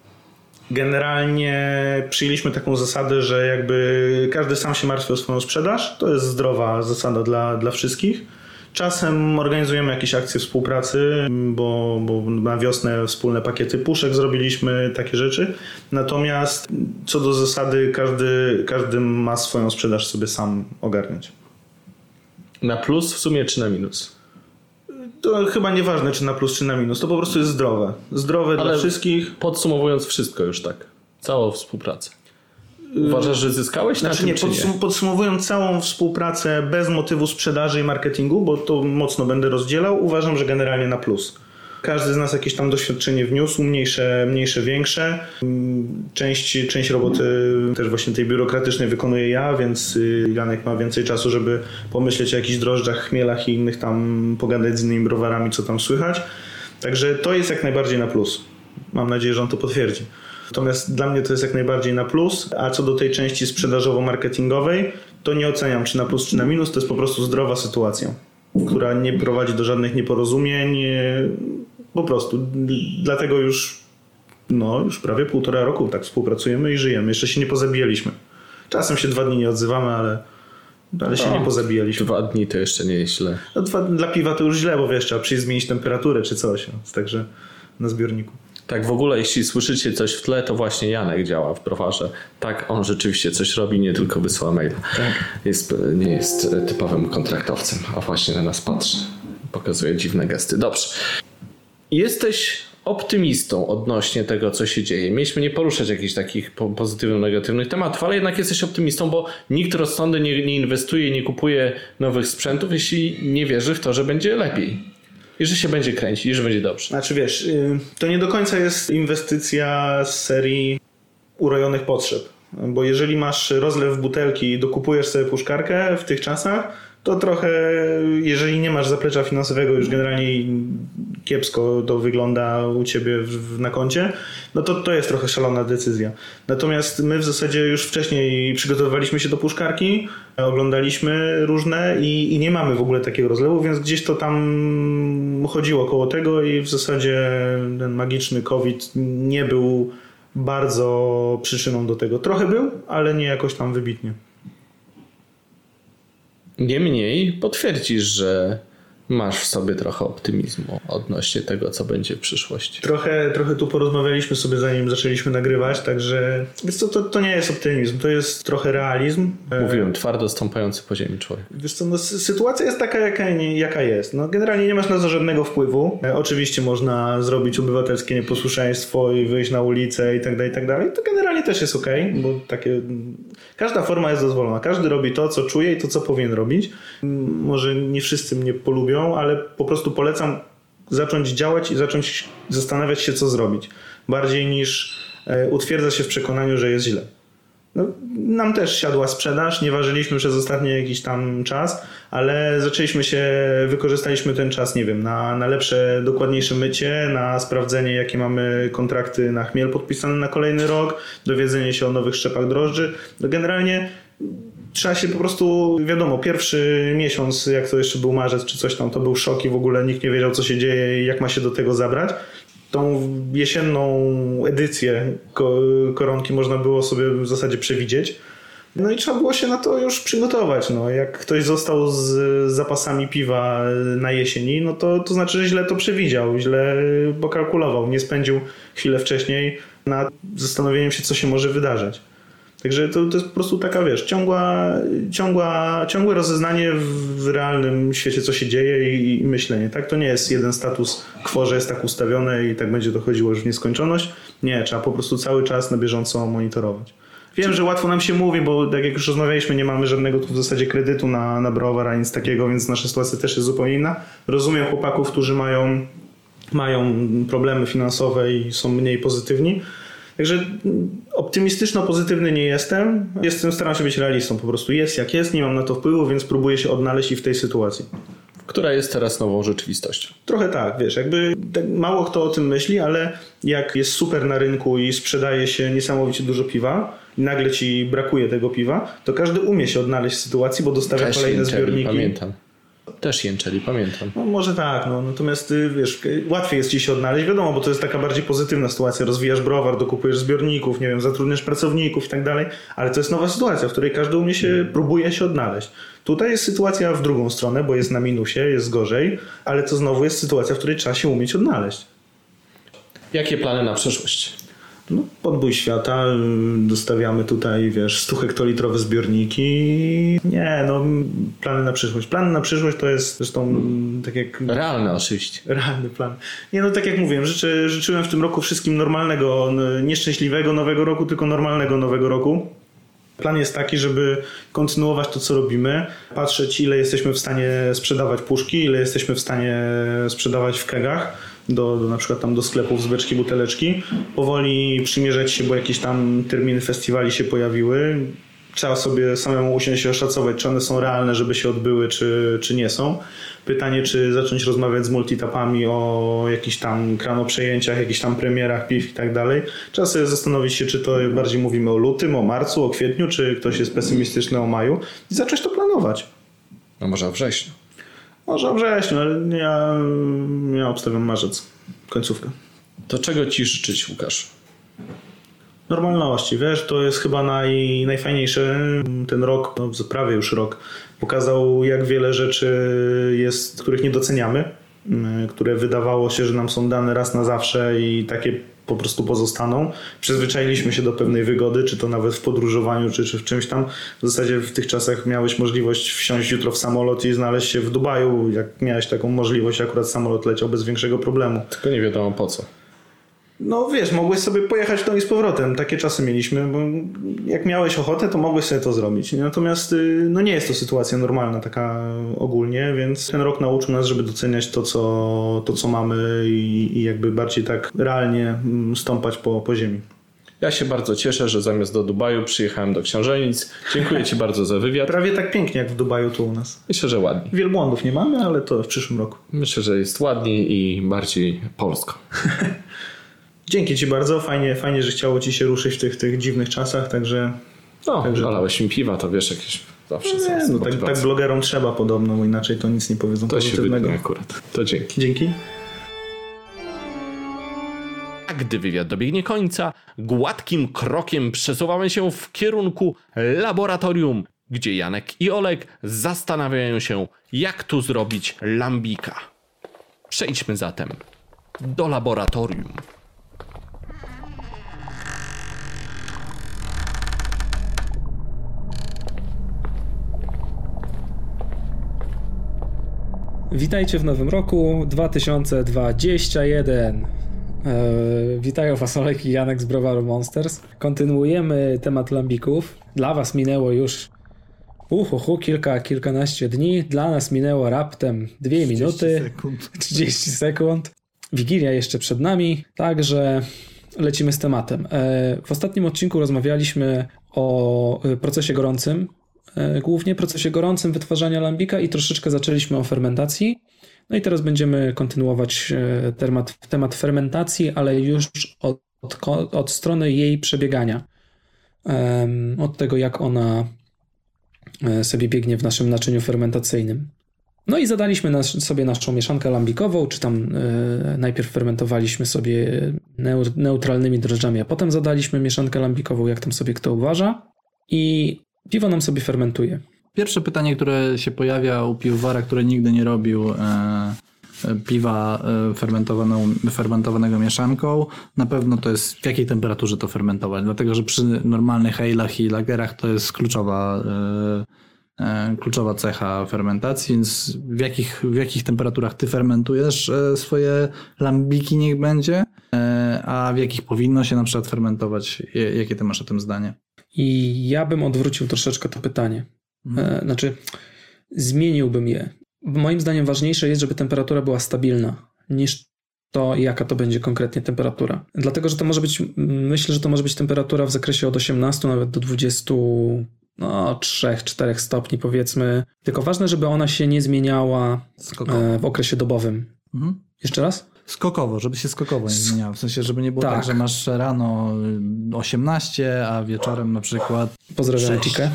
generalnie przyjęliśmy taką zasadę, że jakby każdy sam się martwi o swoją sprzedaż. To jest zdrowa zasada dla, dla wszystkich. Czasem organizujemy jakieś akcje współpracy, bo, bo na wiosnę wspólne pakiety puszek zrobiliśmy, takie rzeczy. Natomiast co do zasady każdy, każdy ma swoją sprzedaż sobie sam ogarniać. Na plus w sumie czy na minus? To chyba nieważne czy na plus czy na minus, to po prostu jest zdrowe. Zdrowe Ale dla wszystkich. Podsumowując wszystko już tak, całą współpracę. Uważasz, że zyskałeś na Znaczy tym, nie, czy nie? podsum- podsumowując całą współpracę bez motywu sprzedaży i marketingu, bo to mocno będę rozdzielał, uważam, że generalnie na plus. Każdy z nas jakieś tam doświadczenie wniósł, mniejsze, mniejsze, większe. Część, część roboty też właśnie tej biurokratycznej wykonuję ja, więc Janek ma więcej czasu, żeby pomyśleć o jakichś drożdżach, chmielach i innych tam, pogadać z innymi browarami, co tam słychać. Także to jest jak najbardziej na plus. Mam nadzieję, że on to potwierdzi. Natomiast dla mnie to jest jak najbardziej na plus, a co do tej części sprzedażowo-marketingowej, to nie oceniam czy na plus, czy na minus, to jest po prostu zdrowa sytuacja, która nie prowadzi do żadnych nieporozumień, po prostu. Dlatego już, no, już prawie półtora roku tak współpracujemy i żyjemy. Jeszcze się nie pozabijaliśmy. Czasem się dwa dni nie odzywamy, ale, ale się O, nie pozabijaliśmy. Dwa dni to jeszcze nie jest źle. No, dwa, dla piwa to już źle, bo wiesz, trzeba przyjść zmienić temperaturę czy coś, więc także na zbiorniku. Tak w ogóle, jeśli słyszycie coś w tle, to właśnie Janek działa w browarze. Tak, on rzeczywiście coś robi, nie tylko wysyła maila. Tak. Jest, nie jest typowym kontraktowcem, a właśnie na nas patrzy. Pokazuje dziwne gesty. Dobrze. Jesteś optymistą odnośnie tego, co się dzieje. Mieliśmy nie poruszać jakichś takich pozytywnych, negatywnych tematów, ale jednak jesteś optymistą, bo nikt rozsądny nie, nie inwestuje i nie kupuje nowych sprzętów, jeśli nie wierzy w to, że będzie lepiej. I że się będzie kręcić, i że będzie dobrze. Znaczy wiesz, to nie do końca jest inwestycja z serii urojonych potrzeb. Bo jeżeli masz rozlew butelki i dokupujesz sobie puszkarkę w tych czasach, to trochę, jeżeli nie masz zaplecza finansowego, już generalnie kiepsko to wygląda u ciebie w, na koncie, no to to jest trochę szalona decyzja. Natomiast my w zasadzie już wcześniej przygotowywaliśmy się do puszkarki, oglądaliśmy różne i, i nie mamy w ogóle takiego rozlewu, więc gdzieś to tam chodziło koło tego i w zasadzie ten magiczny COVID nie był bardzo przyczyną do tego. Trochę był, ale nie jakoś tam wybitnie. Niemniej potwierdzisz, że masz w sobie trochę optymizmu odnośnie tego, co będzie w przyszłości. Trochę, trochę tu porozmawialiśmy sobie, zanim zaczęliśmy nagrywać, także wiesz co, to, to nie jest optymizm, to jest trochę realizm. Mówiłem, twardo stąpający po ziemi człowiek. Wiesz co, no, sytuacja jest taka, jaka, nie, jaka jest. No, generalnie nie masz na to żadnego wpływu. E, oczywiście można zrobić obywatelskie nieposłuszeństwo i wyjść na ulicę i tak dalej, i tak dalej. To generalnie też jest okej, okay, bo takie... Każda forma jest dozwolona. Każdy robi to, co czuje i to, co powinien robić. Może nie wszyscy mnie polubią, ale po prostu polecam zacząć działać i zacząć zastanawiać się, co zrobić. Bardziej niż e, utwierdzać się w przekonaniu, że jest źle. No, nam też siadła sprzedaż, nie ważyliśmy przez ostatni jakiś tam czas, ale zaczęliśmy się, wykorzystaliśmy ten czas, nie wiem, na, na lepsze, dokładniejsze mycie, na sprawdzenie, jakie mamy kontrakty na chmiel podpisane na kolejny rok, dowiedzenie się o nowych szczepach drożdży. No generalnie trzeba się po prostu, wiadomo, pierwszy miesiąc, jak to jeszcze był marzec czy coś tam, to był szok i w ogóle nikt nie wiedział, co się dzieje i jak ma się do tego zabrać. Tą jesienną edycję koronki można było sobie w zasadzie przewidzieć. No i trzeba było się na to już przygotować. No, jak ktoś został z zapasami piwa na jesieni, no to, to znaczy, że źle to przewidział, źle pokalkulował, nie spędził chwilę wcześniej nad zastanowieniem się, co się może wydarzyć. Także to, to jest po prostu taka, wiesz, ciągła, ciągła, ciągłe rozeznanie w realnym świecie, co się dzieje i, i myślenie. Tak? To nie jest jeden status quo, że jest tak ustawione i tak będzie to chodziło już w nieskończoność. Nie, trzeba po prostu cały czas na bieżąco monitorować. Wiem, że łatwo nam się mówi, bo tak jak już rozmawialiśmy, nie mamy żadnego tu w zasadzie kredytu na, na browar, ani nic takiego, więc nasza sytuacja też jest zupełnie inna. Rozumiem chłopaków, którzy mają, mają problemy finansowe i są mniej pozytywni. Także optymistyczno-pozytywny nie jestem. Jestem, staram się być realistą. Po prostu jest jak jest, nie mam na to wpływu, więc próbuję się odnaleźć i w tej sytuacji. Która jest teraz nową rzeczywistością. Trochę tak, wiesz, jakby tak mało kto o tym myśli, ale jak jest super na rynku i sprzedaje się niesamowicie dużo piwa i nagle ci brakuje tego piwa, to każdy umie się odnaleźć w sytuacji, bo dostawia Cześć, kolejne Intel, zbiorniki. Pamiętam. Też jęczeli, pamiętam. No może tak, no natomiast y, wiesz, łatwiej jest ci się odnaleźć, wiadomo, bo to jest taka bardziej pozytywna sytuacja, rozwijasz browar, dokupujesz zbiorników, nie wiem, zatrudniasz pracowników i tak dalej, ale to jest nowa sytuacja, w której każdy u mnie się próbuje się odnaleźć. Tutaj jest sytuacja w drugą stronę, bo jest na minusie, jest gorzej, ale to znowu jest sytuacja, w której trzeba się umieć odnaleźć. Jakie plany na przyszłość? No, podbój świata, dostawiamy tutaj, wiesz, sto hektolitrowe zbiorniki. Nie, no, plany na przyszłość. Plany na przyszłość to jest zresztą tak jak... Realne oczywiście. Realny plan. Nie, no tak jak mówiłem, życzę, życzyłem w tym roku wszystkim normalnego, nieszczęśliwego nowego roku, tylko normalnego nowego roku. Plan jest taki, żeby kontynuować to, co robimy, patrzeć, ile jesteśmy w stanie sprzedawać puszki, ile jesteśmy w stanie sprzedawać w kegach, do, do na przykład tam do sklepów z beczki, buteleczki. Powoli przymierzać się, bo jakieś tam terminy festiwali się pojawiły. Trzeba sobie samemu usiąść i oszacować, czy one są realne, żeby się odbyły, czy, czy nie są. Pytanie, czy zacząć rozmawiać z multitapami o jakichś tam kranoprzejęciach, jakichś tam premierach piw i tak dalej. Trzeba sobie zastanowić się, czy to bardziej mówimy o lutym, o marcu, o kwietniu, czy ktoś jest pesymistyczny o maju i zacząć to planować. No może o wrześniu. Może o wrześniu, ale ja, ja obstawiam marzec, końcówkę. To czego ci życzyć, Łukasz? Normalności, wiesz, to jest chyba naj, najfajniejsze. Ten rok, no prawie już rok, pokazał, jak wiele rzeczy jest, których nie doceniamy, które wydawało się, że nam są dane raz na zawsze i takie po prostu pozostaną. Przyzwyczailiśmy się do pewnej wygody, czy to nawet w podróżowaniu, czy, czy w czymś tam. W zasadzie w tych czasach miałeś możliwość wsiąść jutro w samolot i znaleźć się w Dubaju. Jak miałeś taką możliwość, akurat samolot leciał bez większego problemu. Tylko nie wiadomo po co. No wiesz, mogłeś sobie pojechać w tą i z powrotem. Takie czasy mieliśmy, bo jak miałeś ochotę, to mogłeś sobie to zrobić. Natomiast no nie jest to sytuacja normalna taka ogólnie, więc ten rok nauczył nas, żeby doceniać to, co, to, co mamy i, i jakby bardziej tak realnie stąpać po, po ziemi. Ja się bardzo cieszę, że zamiast do Dubaju przyjechałem do Książenic. Dziękuję ci bardzo za wywiad. Prawie tak pięknie jak w Dubaju tu u nas. Myślę, że ładnie. Wielbłądów nie mamy, ale to w przyszłym roku. Myślę, że jest ładniej i bardziej polsko. Dzięki ci bardzo, fajnie, fajnie, że chciało ci się ruszyć w tych, tych dziwnych czasach, także... No, także nalałeś mi piwa, to wiesz, jakieś zawsze nie, sens, no, tak, tak blogerom trzeba podobno, bo inaczej to nic nie powiedzą to się pozytywnego. wytnie akurat. To dzięki. Dzięki. A gdy wywiad dobiegnie końca, gładkim krokiem przesuwamy się w kierunku laboratorium, gdzie Janek i Olek zastanawiają się, jak tu zrobić lambika. Przejdźmy zatem do laboratorium. Witajcie w nowym roku dwa tysiące dwudziestym pierwszym. Eee, witają was Olek i Janek z Browaru Monsters. Kontynuujemy temat lambików. Dla was minęło już uhuhu, kilka, kilkanaście dni. Dla nas minęło raptem dwie minuty. sekund. trzydzieści sekund. Wigilia jeszcze przed nami, także lecimy z tematem. Eee, w ostatnim odcinku rozmawialiśmy o procesie gorącym. Głównie procesie gorącym wytwarzania lambika i troszeczkę zaczęliśmy o fermentacji. No i teraz będziemy kontynuować temat, temat fermentacji, ale już od, od, od strony jej przebiegania. Od tego, jak ona sobie biegnie w naszym naczyniu fermentacyjnym. No i zadaliśmy nas, sobie naszą mieszankę lambikową, czy tam najpierw fermentowaliśmy sobie neutralnymi drożdżami, a potem zadaliśmy mieszankę lambikową, jak tam sobie kto uważa. I piwo nam sobie fermentuje. Pierwsze pytanie, które się pojawia u piwowara, który nigdy nie robił e, piwa e, fermentowaną, fermentowanego mieszanką, na pewno to jest w jakiej temperaturze to fermentować. Dlatego, że przy normalnych ale'ach i lagerach to jest kluczowa, e, e, kluczowa cecha fermentacji, więc w jakich, w jakich temperaturach ty fermentujesz e, swoje lambiki, niech będzie, e, a w jakich powinno się na przykład fermentować. Jakie ty masz o tym zdanie? I ja bym odwrócił troszeczkę to pytanie. Hmm. Znaczy, zmieniłbym je. Moim zdaniem ważniejsze jest, żeby temperatura była stabilna, niż to, jaka to będzie konkretnie temperatura. Dlatego, że to może być, myślę, że to może być temperatura w zakresie od osiemnastu nawet do dwudziestu, no trzy cztery stopni powiedzmy. Tylko ważne, żeby ona się nie zmieniała Skokowo. w okresie dobowym. Hmm. Jeszcze raz? Skokowo, żeby się skokowo nie zmieniało. W sensie, żeby nie było tak, tak że masz rano osiemnaście, a wieczorem na przykład Pozdrawiam Cikę.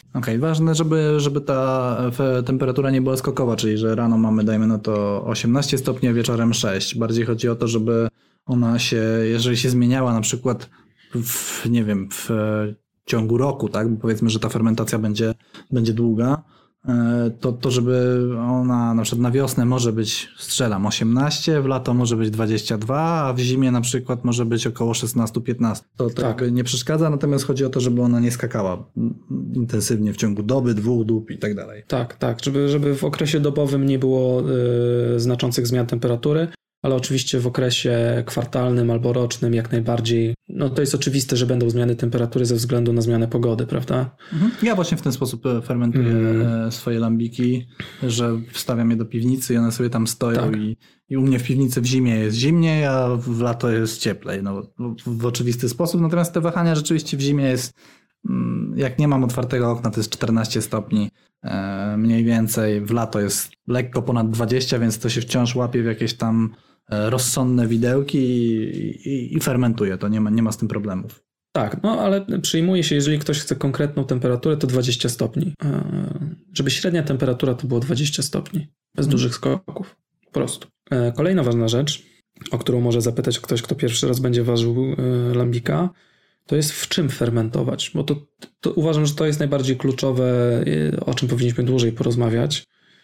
Okej, okay, ważne, żeby, żeby ta temperatura nie była skokowa, czyli że rano mamy, dajmy na to osiemnaście stopni, a wieczorem sześć. Bardziej chodzi o to, żeby ona się, jeżeli się zmieniała na przykład w, nie wiem, w ciągu roku, tak, bo powiedzmy, że ta fermentacja będzie, będzie długa, to, to żeby ona na przykład na wiosnę może być, strzelam, osiemnaście, w lato może być dwadzieścia dwa, a w zimie na przykład może być około szesnaście piętnaście. To, to tak nie przeszkadza, natomiast chodzi o to, żeby ona nie skakała intensywnie w ciągu doby, dwóch dób i tak dalej. Tak, tak, żeby, żeby w okresie dobowym nie było y, znaczących zmian temperatury, ale oczywiście w okresie kwartalnym albo rocznym jak najbardziej, no to jest oczywiste, że będą zmiany temperatury ze względu na zmianę pogody, prawda? Mhm. Ja właśnie w ten sposób fermentuję mm. swoje lambiki, że wstawiam je do piwnicy i one sobie tam stoją tak. i, i u mnie w piwnicy w zimie jest zimniej, a w lato jest cieplej, no w, w oczywisty sposób, natomiast te wahania rzeczywiście w zimie jest, jak nie mam otwartego okna, to jest czternaście stopni e, mniej więcej, w lato jest lekko ponad dwadzieścia, więc to się wciąż łapie w jakieś tam rozsądne widełki i, i, i fermentuje, to nie ma, nie ma z tym problemów. Tak, no ale przyjmuje się, jeżeli ktoś chce konkretną temperaturę, to dwadzieścia stopni. Żeby średnia temperatura to było dwadzieścia stopni, bez hmm. dużych skoków, po prostu. Kolejna ważna rzecz, o którą może zapytać ktoś, kto pierwszy raz będzie ważył lambika, to jest w czym fermentować, bo to, to uważam, że to jest najbardziej kluczowe, o czym powinniśmy dłużej porozmawiać.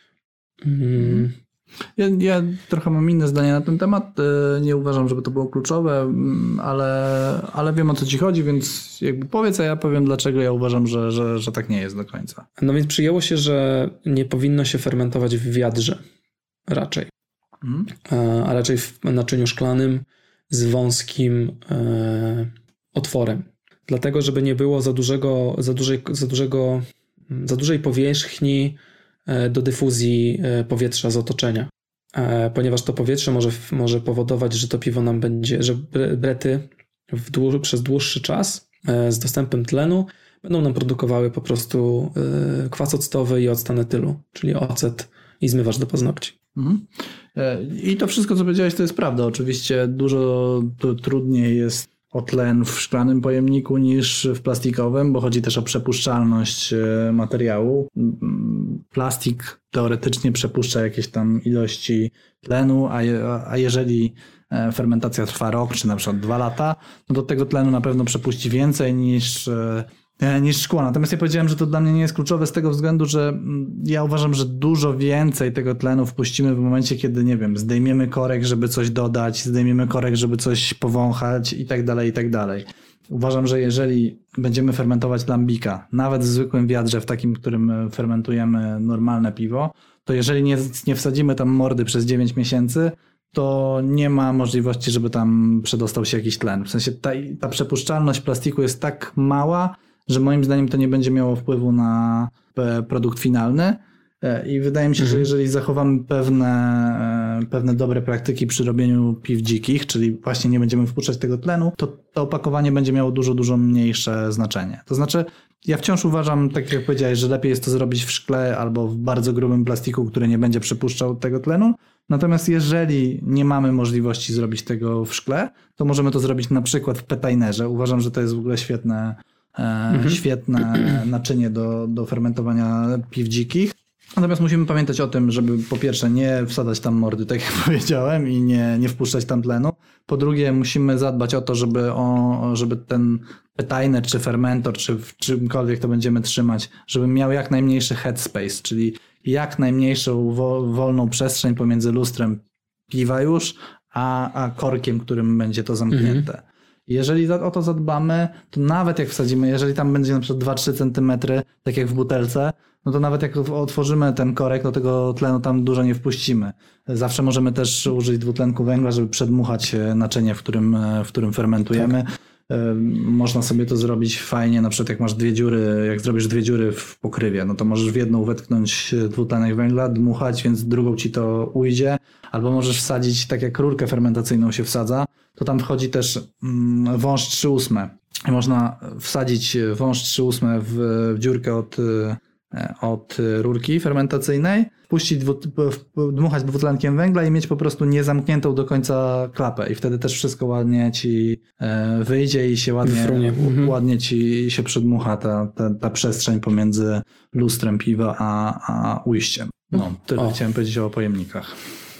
Hmm. Ja, ja trochę mam inne zdanie na ten temat. Nie uważam, żeby to było kluczowe, ale, ale wiem, o co ci chodzi, więc jakby powiedz, a ja powiem, dlaczego ja uważam, że, że, że tak nie jest do końca. No więc przyjęło się, że nie powinno się fermentować w wiadrze raczej, hmm. a raczej w naczyniu szklanym z wąskim e, otworem. Dlatego, żeby nie było za dużego, za dużej, za dużego, za dużej powierzchni do dyfuzji powietrza z otoczenia, ponieważ to powietrze może, może powodować, że to piwo nam będzie, że brety w dłu, przez dłuższy czas z dostępem tlenu będą nam produkowały po prostu kwas octowy i octan etylu, czyli ocet i zmywacz do paznokci. Mhm. I to wszystko, co powiedziałeś, to jest prawda. Oczywiście dużo trudniej jest o tlen w szklanym pojemniku niż w plastikowym, bo chodzi też o przepuszczalność materiału. Plastik teoretycznie przepuszcza jakieś tam ilości tlenu, a, je, a jeżeli fermentacja trwa rok, czy na przykład dwa lata, no to tego tlenu na pewno przepuści więcej niż, niż szkło. Natomiast ja powiedziałem, że to dla mnie nie jest kluczowe z tego względu, że ja uważam, że dużo więcej tego tlenu wpuścimy w momencie, kiedy, nie wiem, zdejmiemy korek, żeby coś dodać, zdejmiemy korek, żeby coś powąchać i tak dalej, i tak dalej. Uważam, że jeżeli będziemy fermentować lambika, nawet w zwykłym wiadrze, w takim, w którym fermentujemy normalne piwo, to jeżeli nie, nie wsadzimy tam mordy przez dziewięć miesięcy, to nie ma możliwości, żeby tam przedostał się jakiś tlen. W sensie ta, ta przepuszczalność plastiku jest tak mała, że moim zdaniem to nie będzie miało wpływu na produkt finalny i wydaje mi się, że jeżeli zachowamy pewne, pewne dobre praktyki przy robieniu piw dzikich, czyli właśnie nie będziemy wpuszczać tego tlenu, to to opakowanie będzie miało dużo, dużo mniejsze znaczenie. To znaczy ja wciąż uważam, tak jak powiedziałeś, że lepiej jest to zrobić w szkle albo w bardzo grubym plastiku, który nie będzie przepuszczał tego tlenu. Natomiast jeżeli nie mamy możliwości zrobić tego w szkle, to możemy to zrobić na przykład w petainerze. Uważam, że to jest w ogóle świetne, mhm. świetne naczynie do, do fermentowania piw dzikich. Natomiast musimy pamiętać o tym, żeby po pierwsze nie wsadzać tam mordy, tak jak powiedziałem, i nie, nie wpuszczać tam tlenu. Po drugie musimy zadbać o to, żeby, o, żeby ten petainer, czy fermentor, czy w czymkolwiek to będziemy trzymać, żeby miał jak najmniejszy headspace, czyli jak najmniejszą wo, wolną przestrzeń pomiędzy lustrem piwa już, a, a korkiem, którym będzie to zamknięte. Mhm. Jeżeli o to zadbamy, to nawet jak wsadzimy, jeżeli tam będzie na przykład dwa trzy centymetry, tak jak w butelce, no to nawet jak otworzymy ten korek, to tego tlenu tam dużo nie wpuścimy. Zawsze możemy też użyć dwutlenku węgla, żeby przedmuchać naczynie, w którym, w którym fermentujemy. Tak. Można sobie to zrobić fajnie, na przykład jak masz dwie dziury, jak zrobisz dwie dziury w pokrywie, no to możesz w jedną wetknąć dwutlenek węgla, dmuchać, więc drugą ci to ujdzie, albo możesz wsadzić, tak jak rurkę fermentacyjną się wsadza, to tam wchodzi też wąż trzy ósme. Można wsadzić wąż trzy ósme w, w dziurkę od od rurki fermentacyjnej, puścić, dwu, dmuchać dwutlenkiem węgla i mieć po prostu niezamkniętą do końca klapę i wtedy też wszystko ładnie ci wyjdzie i się ładnie, mhm. ładnie ci się przedmucha ta, ta, ta przestrzeń pomiędzy lustrem piwa a, a ujściem. No, tyle o. Chciałem powiedzieć o pojemnikach.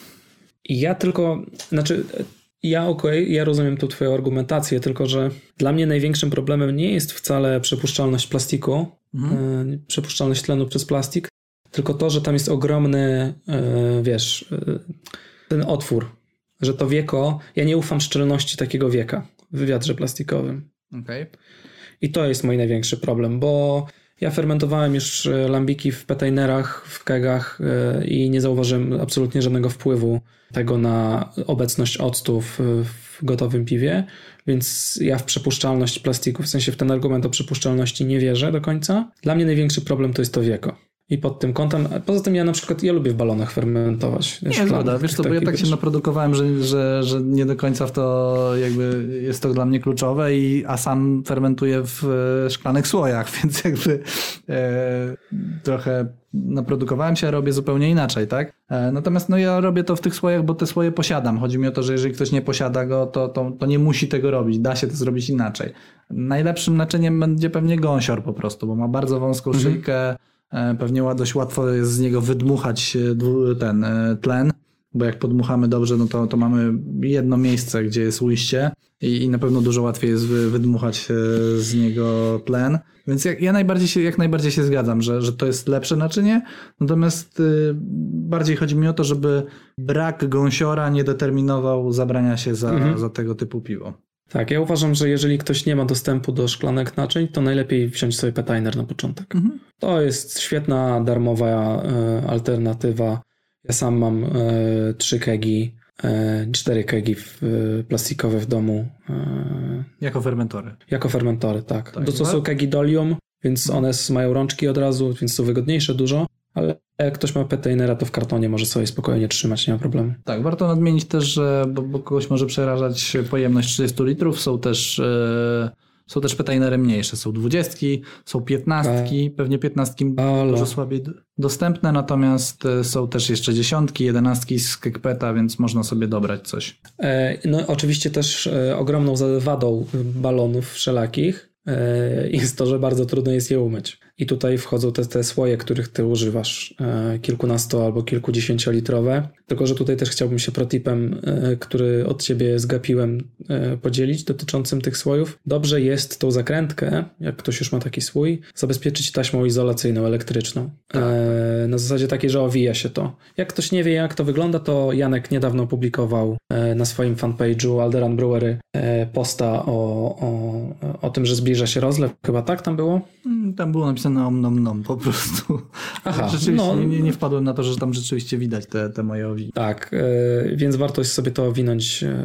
Ja tylko, znaczy ja okej, okay, ja rozumiem tu twoją argumentację, tylko że dla mnie największym problemem nie jest wcale przepuszczalność plastiku, mhm. y, przepuszczalność tlenu przez plastik, tylko to, że tam jest ogromny, y, wiesz, y, ten otwór, że to wieko, ja nie ufam szczelności takiego wieka w wiatrze plastikowym. Okay. I to jest mój największy problem, bo ja fermentowałem już lambiki w petainerach, w kegach i nie zauważyłem absolutnie żadnego wpływu tego na obecność octu w, w gotowym piwie, więc ja w przepuszczalność plastiku, w sensie w ten argument o przepuszczalności nie wierzę do końca. Dla mnie największy problem to jest to wieko. I pod tym kątem, poza tym ja na przykład, ja lubię w balonach fermentować. Nie, zgoda, wiesz co, bo ja tak się naprodukowałem, że, że, że nie do końca w to jakby jest to dla mnie kluczowe, i, a sam fermentuję w szklanych słojach, więc jakby e, trochę naprodukowałem się, a robię zupełnie inaczej, tak? E, natomiast no ja robię to w tych słojach, bo te słoje posiadam. Chodzi mi o to, że jeżeli ktoś nie posiada go, to, to, to nie musi tego robić. Da się to zrobić inaczej. Najlepszym naczyniem będzie pewnie gąsior po prostu, bo ma bardzo wąską mhm. szyjkę. Pewnie dość łatwo jest z niego wydmuchać ten tlen, bo jak podmuchamy dobrze, no to, to mamy jedno miejsce, gdzie jest ujście i, i na pewno dużo łatwiej jest wydmuchać z niego tlen. Więc jak, ja najbardziej się, jak najbardziej się zgadzam, że, że to jest lepsze naczynie, natomiast y, bardziej chodzi mi o to, żeby brak gąsiora nie determinował zabrania się za, mhm. za tego typu piwo. Tak, ja uważam, że jeżeli ktoś nie ma dostępu do szklanek naczyń, to najlepiej wziąć sobie petainer na początek. Mhm. To jest świetna, darmowa e, alternatywa. Ja sam mam e, trzy kegi, e, cztery kegi w, e, plastikowe w domu. E, jako fermentory. Jako fermentory, tak. tak. To, to są kegi Dolium, więc one mają rączki od razu, więc są wygodniejsze dużo. Ale jak ktoś ma petainera, to w kartonie może sobie spokojnie trzymać, nie ma problemu. Tak, warto nadmienić też, że bo, bo kogoś może przerażać pojemność trzydzieści litrów, są też, e, są też petainery mniejsze, są dwudziestki, są piętnastki, tak. Pewnie piętnastki Halo. Dużo słabiej dostępne, natomiast są też jeszcze dziesiątki, jedenastki z Kekpeta, więc można sobie dobrać coś. E, no oczywiście też e, ogromną wadą balonów wszelakich jest to, że bardzo trudno jest je umyć. I tutaj wchodzą te, te słoje, których ty używasz, e, kilkunasto albo kilkudziesięciolitrowe. Tylko, że tutaj też chciałbym się protipem, e, który od ciebie zgapiłem, e, podzielić dotyczącym tych słojów. Dobrze jest tą zakrętkę, jak ktoś już ma taki słój, zabezpieczyć taśmą izolacyjną, elektryczną. Tak. E, na zasadzie takiej, że owija się to. Jak ktoś nie wie, jak to wygląda, to Janek niedawno opublikował e, na swoim fanpage'u Alderan Brewery e, posta o, o, o tym, że zbliża się rozlew. Chyba tak tam było? Tam było napisane om nom nom po prostu. Aha, rzeczywiście no, nie, nie wpadłem na to, że tam rzeczywiście widać te, te moje owiny. Tak, yy, więc warto jest sobie to owinąć. Yy.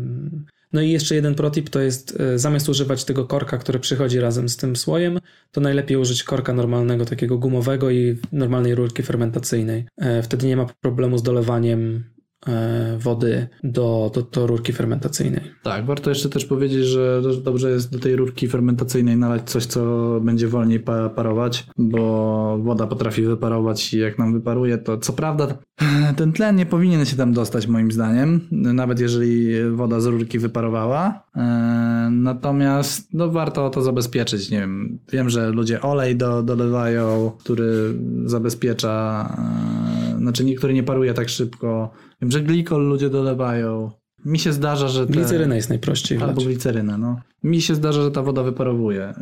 No i jeszcze jeden protip to jest, yy, zamiast używać tego korka, który przychodzi razem z tym słojem, to najlepiej użyć korka normalnego, takiego gumowego i normalnej rurki fermentacyjnej. Yy, wtedy nie ma problemu z dolewaniem wody do, do, do rurki fermentacyjnej. Tak, warto jeszcze też powiedzieć, że dobrze jest do tej rurki fermentacyjnej nalać coś, co będzie wolniej parować, bo woda potrafi wyparować i jak nam wyparuje, to co prawda ten tlen nie powinien się tam dostać moim zdaniem, nawet jeżeli woda z rurki wyparowała, natomiast no, warto to zabezpieczyć. Nie wiem, wiem, że ludzie olej do, dolewają, który zabezpiecza, znaczy niektóry nie paruje tak szybko. Wiem, że glikol ludzie dolewają. Mi się zdarza, że... Te... Gliceryna jest najprościej. Albo wlać. Gliceryna, no. Mi się zdarza, że ta woda wyparowuje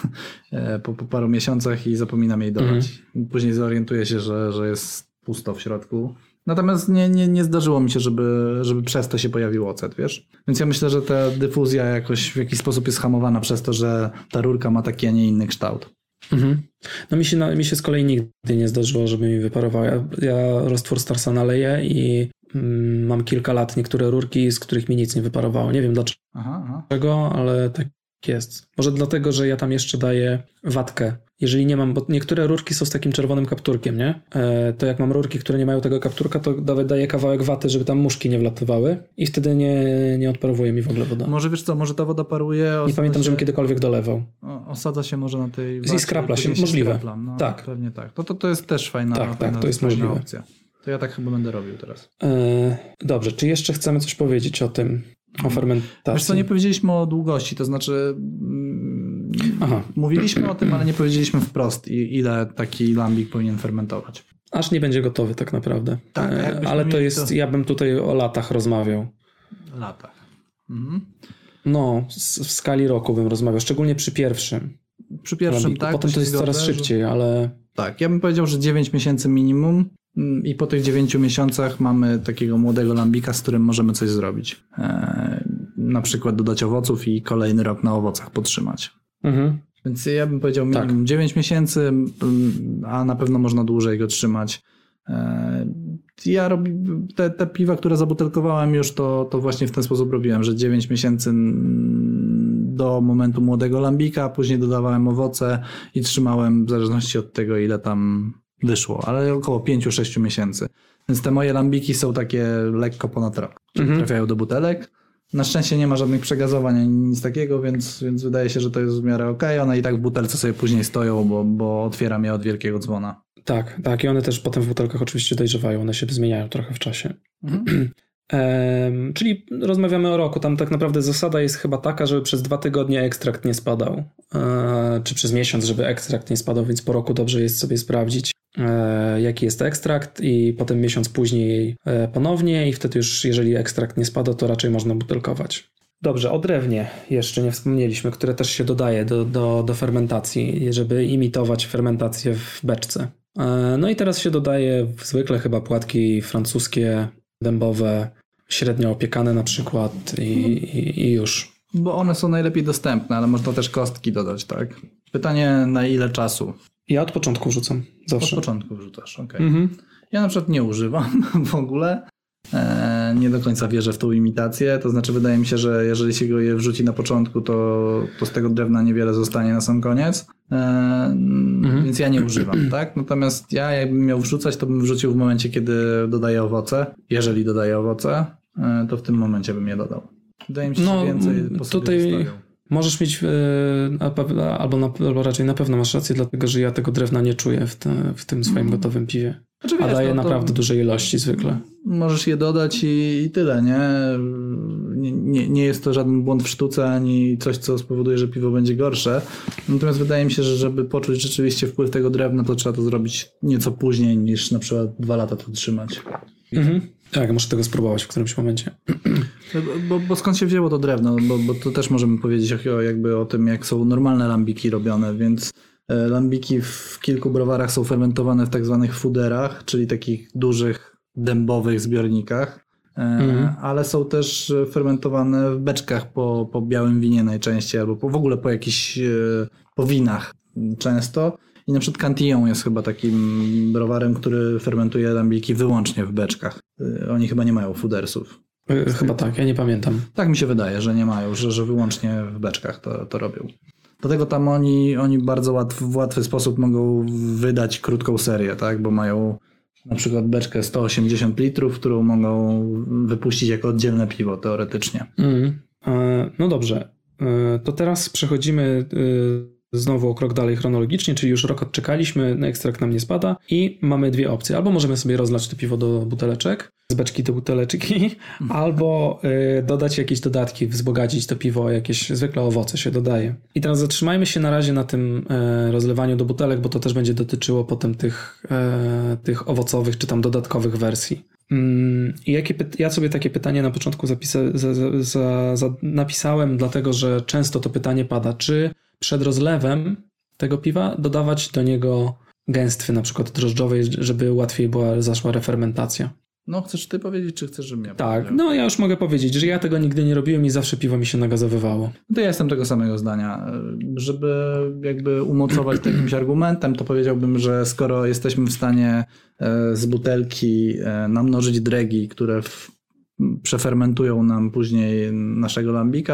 po, po paru miesiącach i zapominam jej dolać. Mhm. Później zorientuję się, że, że jest pusto w środku. Natomiast nie, nie, nie zdarzyło mi się, żeby, żeby przez to się pojawił ocet, wiesz? Więc ja myślę, że ta dyfuzja jakoś w jakiś sposób jest hamowana przez to, że ta rurka ma taki, a nie inny kształt. Mhm. No mi się, mi się z kolei nigdy nie zdarzyło, żeby mi wyparował. Ja, ja roztwór Starsa naleję i mm, mam kilka lat niektóre rurki, z których mi nic nie wyparowało. Nie wiem dlaczego, aha, aha. ale tak jest. Może dlatego, że ja tam jeszcze daję watkę. Jeżeli nie mam, bo niektóre rurki są z takim czerwonym kapturkiem, nie? E, to jak mam rurki, które nie mają tego kapturka, to nawet daję kawałek waty, żeby tam muszki nie wlatywały i wtedy nie, nie odparowuje mi w ogóle woda. Może wiesz co, może ta woda paruje... Nie pamiętam, się, żebym kiedykolwiek dolewał. o, osadza się może na tej wacie. I skrapla się, możliwe. Skrapla. No, tak. Pewnie tak. To, to, to jest też fajna, tak, fajna, tak, to jest fajna możliwe. opcja. To ja tak chyba będę robił teraz. E, dobrze, czy jeszcze chcemy coś powiedzieć o tym, o fermentacji? Wiesz co, nie powiedzieliśmy o długości, to znaczy mm, Aha. mówiliśmy o tym, ale nie powiedzieliśmy wprost, ile taki lambik powinien fermentować. Aż nie będzie gotowy tak naprawdę. Tak, e, jakbyśmy ale to mieli jest, to- ja bym tutaj o latach rozmawiał. Latach. Mhm. No, s- w skali roku bym rozmawiał, szczególnie przy pierwszym. Przy pierwszym lambiku. tak. Potem się to jest zgodzę, coraz że- szybciej, ale... Tak, ja bym powiedział, że dziewięć miesięcy minimum mm, i po tych dziewięciu miesiącach mamy takiego młodego lambika, z którym możemy coś zrobić. Eee, na przykład dodać owoców i kolejny rok na owocach podtrzymać. Mhm. Więc ja bym powiedział minimum Tak. dziewięć miesięcy, mm, a na pewno można dłużej go trzymać. Eee, Ja robi, te, te piwa, które zabutelkowałem już, to, to właśnie w ten sposób robiłem, że dziewięć miesięcy do momentu młodego lambika, a później dodawałem owoce i trzymałem w zależności od tego, ile tam wyszło, ale około pięć sześć miesięcy. Więc te moje lambiki są takie lekko ponad rok, czyli Mhm. trafiają do butelek. Na szczęście nie ma żadnych przegazowań ani nic takiego, więc, więc wydaje się, że to jest w miarę okej. One i tak w butelce sobie później stoją, bo, bo otwieram je od wielkiego dzwona. Tak, tak. I one też potem w butelkach oczywiście dojrzewają, one się zmieniają trochę w czasie. Mhm. Em, czyli rozmawiamy o roku. Tam tak naprawdę zasada jest chyba taka, żeby przez dwa tygodnie ekstrakt nie spadał. E, czy przez miesiąc, żeby ekstrakt nie spadał, więc po roku dobrze jest sobie sprawdzić, e, jaki jest ekstrakt i potem miesiąc później e, ponownie i wtedy już jeżeli ekstrakt nie spada, to raczej można butelkować. Dobrze, o drewnie jeszcze nie wspomnieliśmy, które też się dodaje do, do, do fermentacji, żeby imitować fermentację w beczce. E, No i teraz się dodaje zwykle chyba płatki francuskie, dębowe, średnio opiekane na przykład i, i, i już. Bo one są najlepiej dostępne, ale można też kostki dodać, tak? Pytanie, na ile czasu? Ja od początku wrzucam, Od zawsze. początku wrzucasz, okej. Mhm. Ja na przykład nie używam w ogóle. E, nie do końca wierzę w tą imitację. To znaczy wydaje mi się, że jeżeli się go je wrzuci na początku, to, to z tego drewna niewiele zostanie na sam koniec. E, Mhm. Więc ja nie używam, tak? Natomiast ja jakbym miał wrzucać, to bym wrzucił w momencie, kiedy dodaję owoce. Jeżeli dodaję owoce, e, to w tym momencie bym je dodał. Wydaje mi się, No, że więcej po sobie tutaj zostawią. możesz mieć, e, na pe- albo, na, albo raczej na pewno masz rację, dlatego że ja tego drewna nie czuję w, te, w tym swoim gotowym piwie. Znaczy, A wiesz, daję no to- naprawdę duże ilości zwykle. Możesz je dodać i, i tyle, nie? Nie, nie? Nie jest to żaden błąd w sztuce, ani coś, co spowoduje, że piwo będzie gorsze. Natomiast wydaje mi się, że żeby poczuć rzeczywiście wpływ tego drewna, to trzeba to zrobić nieco później niż na przykład dwa lata to trzymać. Mhm. Tak, muszę tego spróbować w którymś momencie. Bo, bo skąd się wzięło to drewno? Bo, bo to też możemy powiedzieć o, jakby o tym, jak są normalne lambiki robione, więc e, lambiki w kilku browarach są fermentowane w tak zwanych fooderach, czyli takich dużych dębowych zbiornikach, e, Mhm. ale są też fermentowane w beczkach po, po białym winie najczęściej, albo po, w ogóle po jakichś, e, po winach często. I na przykład Cantillon jest chyba takim browarem, który fermentuje lambiki wyłącznie w beczkach. E, Oni chyba nie mają foodersów. E, Chyba tak, ja nie pamiętam. Tak mi się wydaje, że nie mają, że, że wyłącznie w beczkach to, to robią. Dlatego tam oni, oni bardzo łatw, w łatwy sposób mogą wydać krótką serię, tak? Bo mają na przykład beczkę sto osiemdziesiąt litrów, którą mogą wypuścić jako oddzielne piwo teoretycznie. Mhm. E, No dobrze, E, to teraz przechodzimy e, znowu o krok dalej chronologicznie, czyli już rok odczekaliśmy, ekstrakt nam nie spada i mamy dwie opcje. Albo możemy sobie rozlać to piwo do buteleczek, z beczki do buteleczki, albo e, dodać jakieś dodatki, wzbogacić to piwo o jakieś zwykle owoce się dodaje. I teraz zatrzymajmy się na razie na tym e, rozlewaniu do butelek, bo to też będzie dotyczyło potem tych, e, tych owocowych czy tam dodatkowych wersji. Mm, I jakie py- ja sobie takie pytanie na początku zapisa- za, za, za, za napisałem, dlatego że często to pytanie pada, czy przed rozlewem tego piwa dodawać do niego gęstwy, na przykład drożdżowej, żeby łatwiej była, zaszła refermentacja. No chcesz ty powiedzieć, czy chcesz, żebym ja Tak, powiedział? no ja już mogę powiedzieć, że ja tego nigdy nie robiłem i zawsze piwo mi się nagazowywało. To ja jestem tego samego zdania. Żeby jakby umocować to jakimś argumentem, to powiedziałbym, że skoro jesteśmy w stanie e, z butelki e, namnożyć dregi, które w, przefermentują nam później naszego lambika,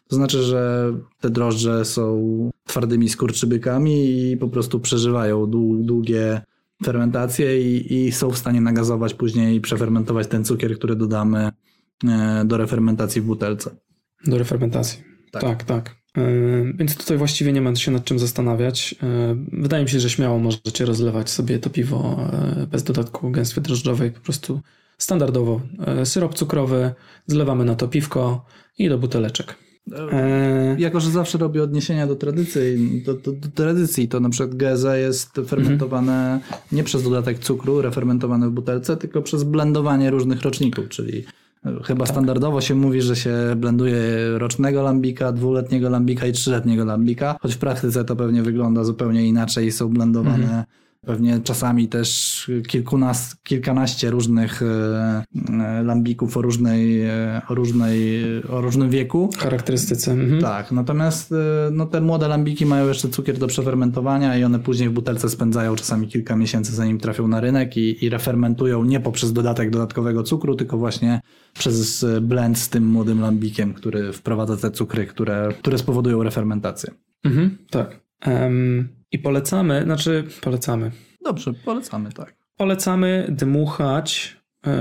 To znaczy, że te drożdże są twardymi skurczybykami i po prostu przeżywają długie fermentacje i, i są w stanie nagazować później i przefermentować ten cukier, który dodamy do refermentacji w butelce. Do refermentacji. Tak, tak. tak. Yy, więc tutaj właściwie nie ma się nad czym zastanawiać. Yy, wydaje mi się, że śmiało możecie rozlewać sobie to piwo yy, bez dodatku gęstwy drożdżowej, po prostu standardowo yy, syrop cukrowy, zlewamy na to piwko i do buteleczek. E... Jako, że zawsze robię odniesienia do tradycji, do, do, do tradycji, to na przykład Geza jest fermentowane mm-hmm. nie przez dodatek cukru, refermentowane w butelce, tylko przez blendowanie różnych roczników, czyli chyba tak. Standardowo się mówi, że się blenduje rocznego lambika, dwuletniego lambika i trzyletniego lambika, choć w praktyce to pewnie wygląda zupełnie inaczej i są blendowane mm-hmm. pewnie czasami też kilkunas, kilkanaście różnych e, lambików o różnej, o różnej, o różnym wieku. Charakterystyce. Mhm. Tak, natomiast no, te młode lambiki mają jeszcze cukier do przefermentowania i one później w butelce spędzają czasami kilka miesięcy, zanim trafią na rynek i, i refermentują nie poprzez dodatek dodatkowego cukru, tylko właśnie przez blend z tym młodym lambikiem, który wprowadza te cukry, które, które spowodują refermentację. Mhm, tak. Um... I polecamy, znaczy polecamy. Dobrze, polecamy, tak. Polecamy dmuchać yy,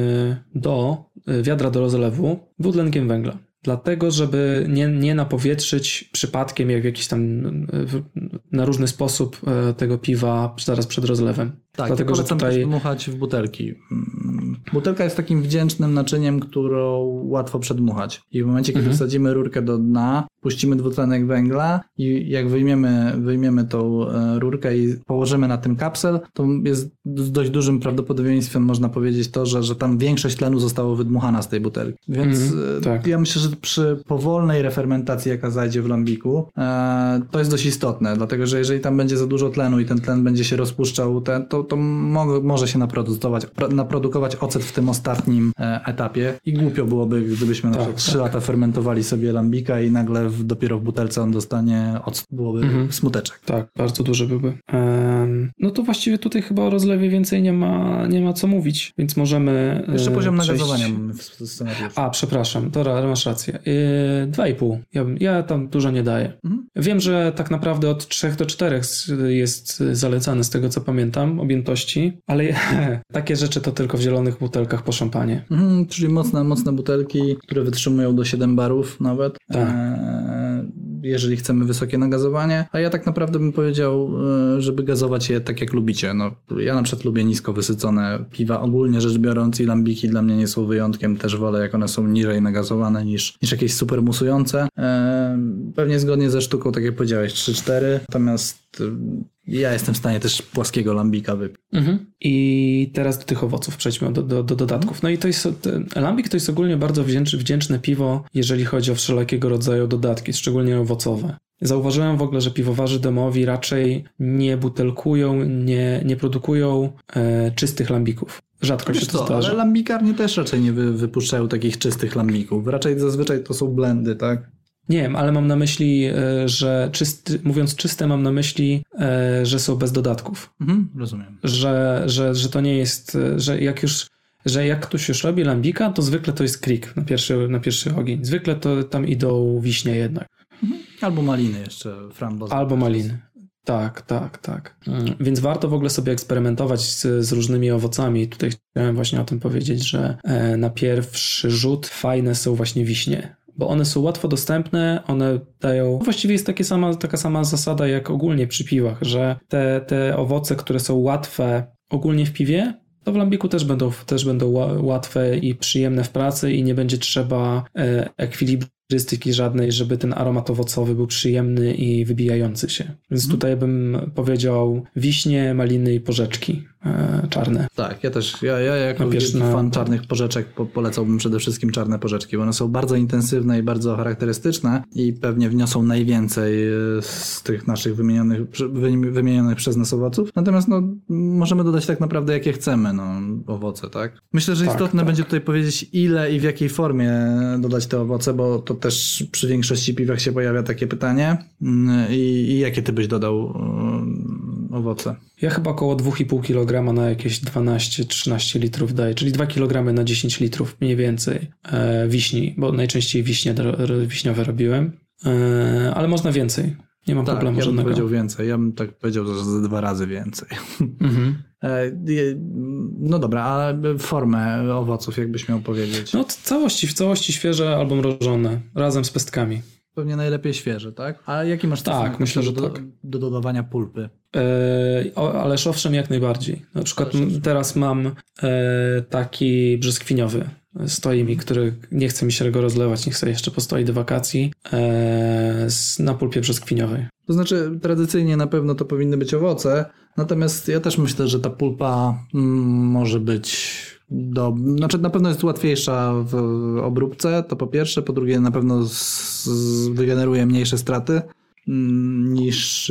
do wiadra do rozlewu dwutlenkiem węgla. Dlatego, żeby nie, nie napowietrzyć przypadkiem jak w jakiś tam w, na różny sposób tego piwa zaraz przed rozlewem. Tak, dlatego, że tutaj też dmuchać w butelki. Butelka jest takim wdzięcznym naczyniem, którą łatwo przedmuchać. I w momencie, kiedy mhm. wsadzimy rurkę do dna, puścimy dwutlenek węgla i jak wyjmiemy, wyjmiemy tą rurkę i położymy na tym kapsel, to jest z dość dużym prawdopodobieństwem można powiedzieć to, że, że tam większość tlenu zostało wydmuchana z tej butelki. Więc mhm, tak. ja myślę, że przy powolnej refermentacji, jaka zajdzie w lambiku, to jest dość istotne, dlatego, że jeżeli tam będzie za dużo tlenu i ten tlen będzie się rozpuszczał, to, to mo- może się naprodukować, naprodukować ocet w tym ostatnim etapie i głupio byłoby, gdybyśmy tak, na przykład trzy tak. lata fermentowali sobie lambika i nagle w, dopiero w butelce on dostanie ocet. Byłoby mhm. smuteczek. Tak, bardzo duży byłby. Um, no to właściwie tutaj chyba o rozlewie więcej nie ma, nie ma co mówić, więc możemy Jeszcze poziom przejść... nagazowania mamy w scenariuszu. A, przepraszam, dobra, masz rację. Dwa i pół. Ja, ja tam dużo nie daję. Mhm. Wiem, że tak naprawdę od trzech do czterech jest zalecane z tego, co pamiętam, objętości, ale takie rzeczy to tylko w zielonych butelkach po szampanie. Mhm, czyli mocne, mocne butelki, które wytrzymują do siedem barów nawet. Tak. E, jeżeli chcemy wysokie nagazowanie, a ja tak naprawdę bym powiedział, żeby gazować je tak jak lubicie. No, ja na przykład lubię nisko wysycone piwa, ogólnie rzecz biorąc i lambiki dla mnie nie są wyjątkiem, też wolę jak one są niżej nagazowane niż, niż jakieś super musujące. E, pewnie zgodnie ze sztuką, tak jak powiedziałeś, trzy cztery, natomiast ja jestem w stanie też płaskiego lambika wypić. Mhm. I teraz do tych owoców przejdźmy do, do, do dodatków. No i to jest, lambik to jest ogólnie bardzo wdzięczne piwo, jeżeli chodzi o wszelkiego rodzaju dodatki, szczególnie owocowe. Zauważyłem w ogóle, że piwowarzy domowi raczej nie butelkują, nie, nie produkują e, czystych lambików. Rzadko Wiesz się to co, zdarza. Ale lambikarnie też raczej nie wy, wypuszczają takich czystych lambików. Raczej zazwyczaj to są blendy, tak? Nie wiem, ale mam na myśli, że czysty, mówiąc czyste, mam na myśli, że są bez dodatków. Mhm, rozumiem. Że, że, że to nie jest, że jak już, że jak ktoś już robi lambika, to zwykle to jest krik na pierwszy, na pierwszy ogień. Zwykle to tam idą wiśnie jednak. Mhm. Albo maliny jeszcze, frambozy. Albo maliny. Tak, tak, tak. Hmm. Więc warto w ogóle sobie eksperymentować z, z różnymi owocami. Tutaj chciałem właśnie o tym powiedzieć, że na pierwszy rzut fajne są właśnie wiśnie. Bo one są łatwo dostępne, one dają... Właściwie jest takie sama, taka sama zasada jak ogólnie przy piwach, że te, te owoce, które są łatwe ogólnie w piwie, to w lambiku też będą, też będą łatwe i przyjemne w pracy i nie będzie trzeba e, ekwilibrystyki żadnej, żeby ten aromat owocowy był przyjemny i wybijający się. Więc hmm. tutaj bym powiedział wiśnie, maliny i porzeczki e, czarne. Tak, ja też, ja, ja jako wielki na... fan czarnych porzeczek po, polecałbym przede wszystkim czarne porzeczki, bo one są bardzo intensywne i bardzo charakterystyczne i pewnie wniosą najwięcej z tych naszych wymienionych, wymienionych przez nas owoców. Natomiast no, możemy dodać tak naprawdę jakie chcemy, no, owoce, tak? Myślę, że tak, istotne tak. będzie tutaj powiedzieć ile i w jakiej formie dodać te owoce, bo to też przy większości piwach się pojawia takie pytanie. I, i jakie ty byś dodał owoce? Ja chyba około dwa i pół kilograma na jakieś dwanaście trzynaście litrów daję, czyli dwa kilogramy na dziesięć litrów mniej więcej e, wiśni, bo najczęściej wiśnie wiśniowe robiłem, e, ale można więcej. Nie mam tak, problemu ja bym żadnego. powiedział więcej. Ja bym tak powiedział, że ze dwa razy więcej. Mhm. No dobra, ale formę owoców jakbyś miał powiedzieć? No w całości, w całości świeże albo mrożone, razem z pestkami. Pewnie najlepiej świeże, tak? A jaki masz stosunek Tak, myślę, że do, tak. do dodawania pulpy? E, ależ owszem, jak najbardziej. Na przykład m, teraz mam e, taki brzoskwiniowy. Stoi mi, który nie chce mi się go rozlewać, niech sobie jeszcze postoi do wakacji e, z, na pulpie brzoskwiniowej. To znaczy tradycyjnie na pewno to powinny być owoce, natomiast ja też myślę, że ta pulpa mm, może być do... Znaczy na pewno jest łatwiejsza w obróbce, to po pierwsze, po drugie na pewno z, z, wygeneruje mniejsze straty mm, niż,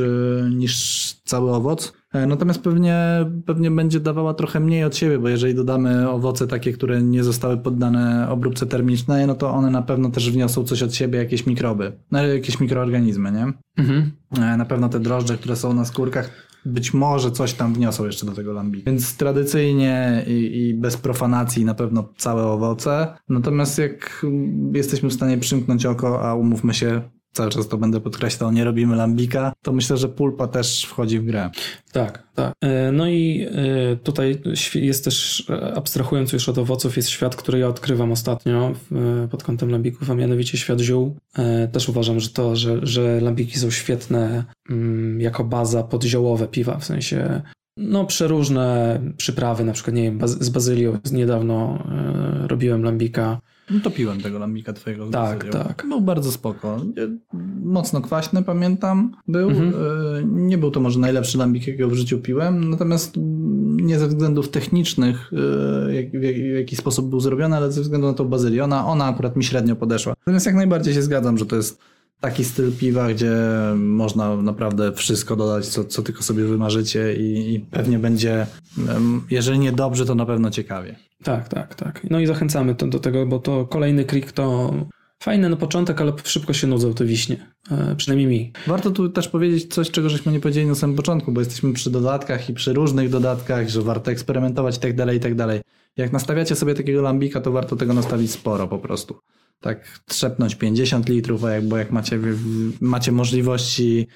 niż cały owoc. Natomiast pewnie, pewnie będzie dawała trochę mniej od siebie, bo jeżeli dodamy owoce takie, które nie zostały poddane obróbce termicznej, no to one na pewno też wniosą coś od siebie, jakieś mikroby, no, jakieś mikroorganizmy, nie? Mhm. Na pewno te drożdże, które są na skórkach, być może coś tam wniosą jeszcze do tego lambika. Więc tradycyjnie i, i bez profanacji na pewno całe owoce. Natomiast jak jesteśmy w stanie przymknąć oko, a umówmy się, cały czas to będę podkreślał, nie robimy lambika, to myślę, że pulpa też wchodzi w grę. Tak, tak. No i tutaj jest też, abstrahując już od owoców, jest świat, który ja odkrywam ostatnio pod kątem lambików, a mianowicie świat ziół. Też uważam, że to, że, że lambiki są świetne jako baza podziołowe piwa, w sensie no przeróżne przyprawy, na przykład nie wiem, baz- z bazylią niedawno robiłem lambika. No to piłem tego lambika twojego. Tak, tak. Był bardzo spoko. Mocno kwaśny, pamiętam, był. Mhm. Nie był to może najlepszy lambik, jakiego w życiu piłem, natomiast nie ze względów technicznych, jak, w jaki sposób był zrobiony, ale ze względu na tą bazylię. Ona, ona akurat mi średnio podeszła. Natomiast jak najbardziej się zgadzam, że to jest taki styl piwa, gdzie można naprawdę wszystko dodać, co, co tylko sobie wymarzycie i, i pewnie będzie, jeżeli nie dobrze, to na pewno ciekawie. Tak, tak, tak. No i zachęcamy to, do tego, bo to kolejny krik to fajne na początek, ale szybko się nudzą te wiśnie. E, przynajmniej mi. Warto tu też powiedzieć coś, czego żeśmy nie powiedzieli na samym początku, bo jesteśmy przy dodatkach i przy różnych dodatkach, że warto eksperymentować i tak dalej, i tak dalej. Jak nastawiacie sobie takiego lambika, to warto tego nastawić sporo po prostu. Tak trzepnąć pięćdziesiąt litrów, a jak, bo jak macie, macie możliwości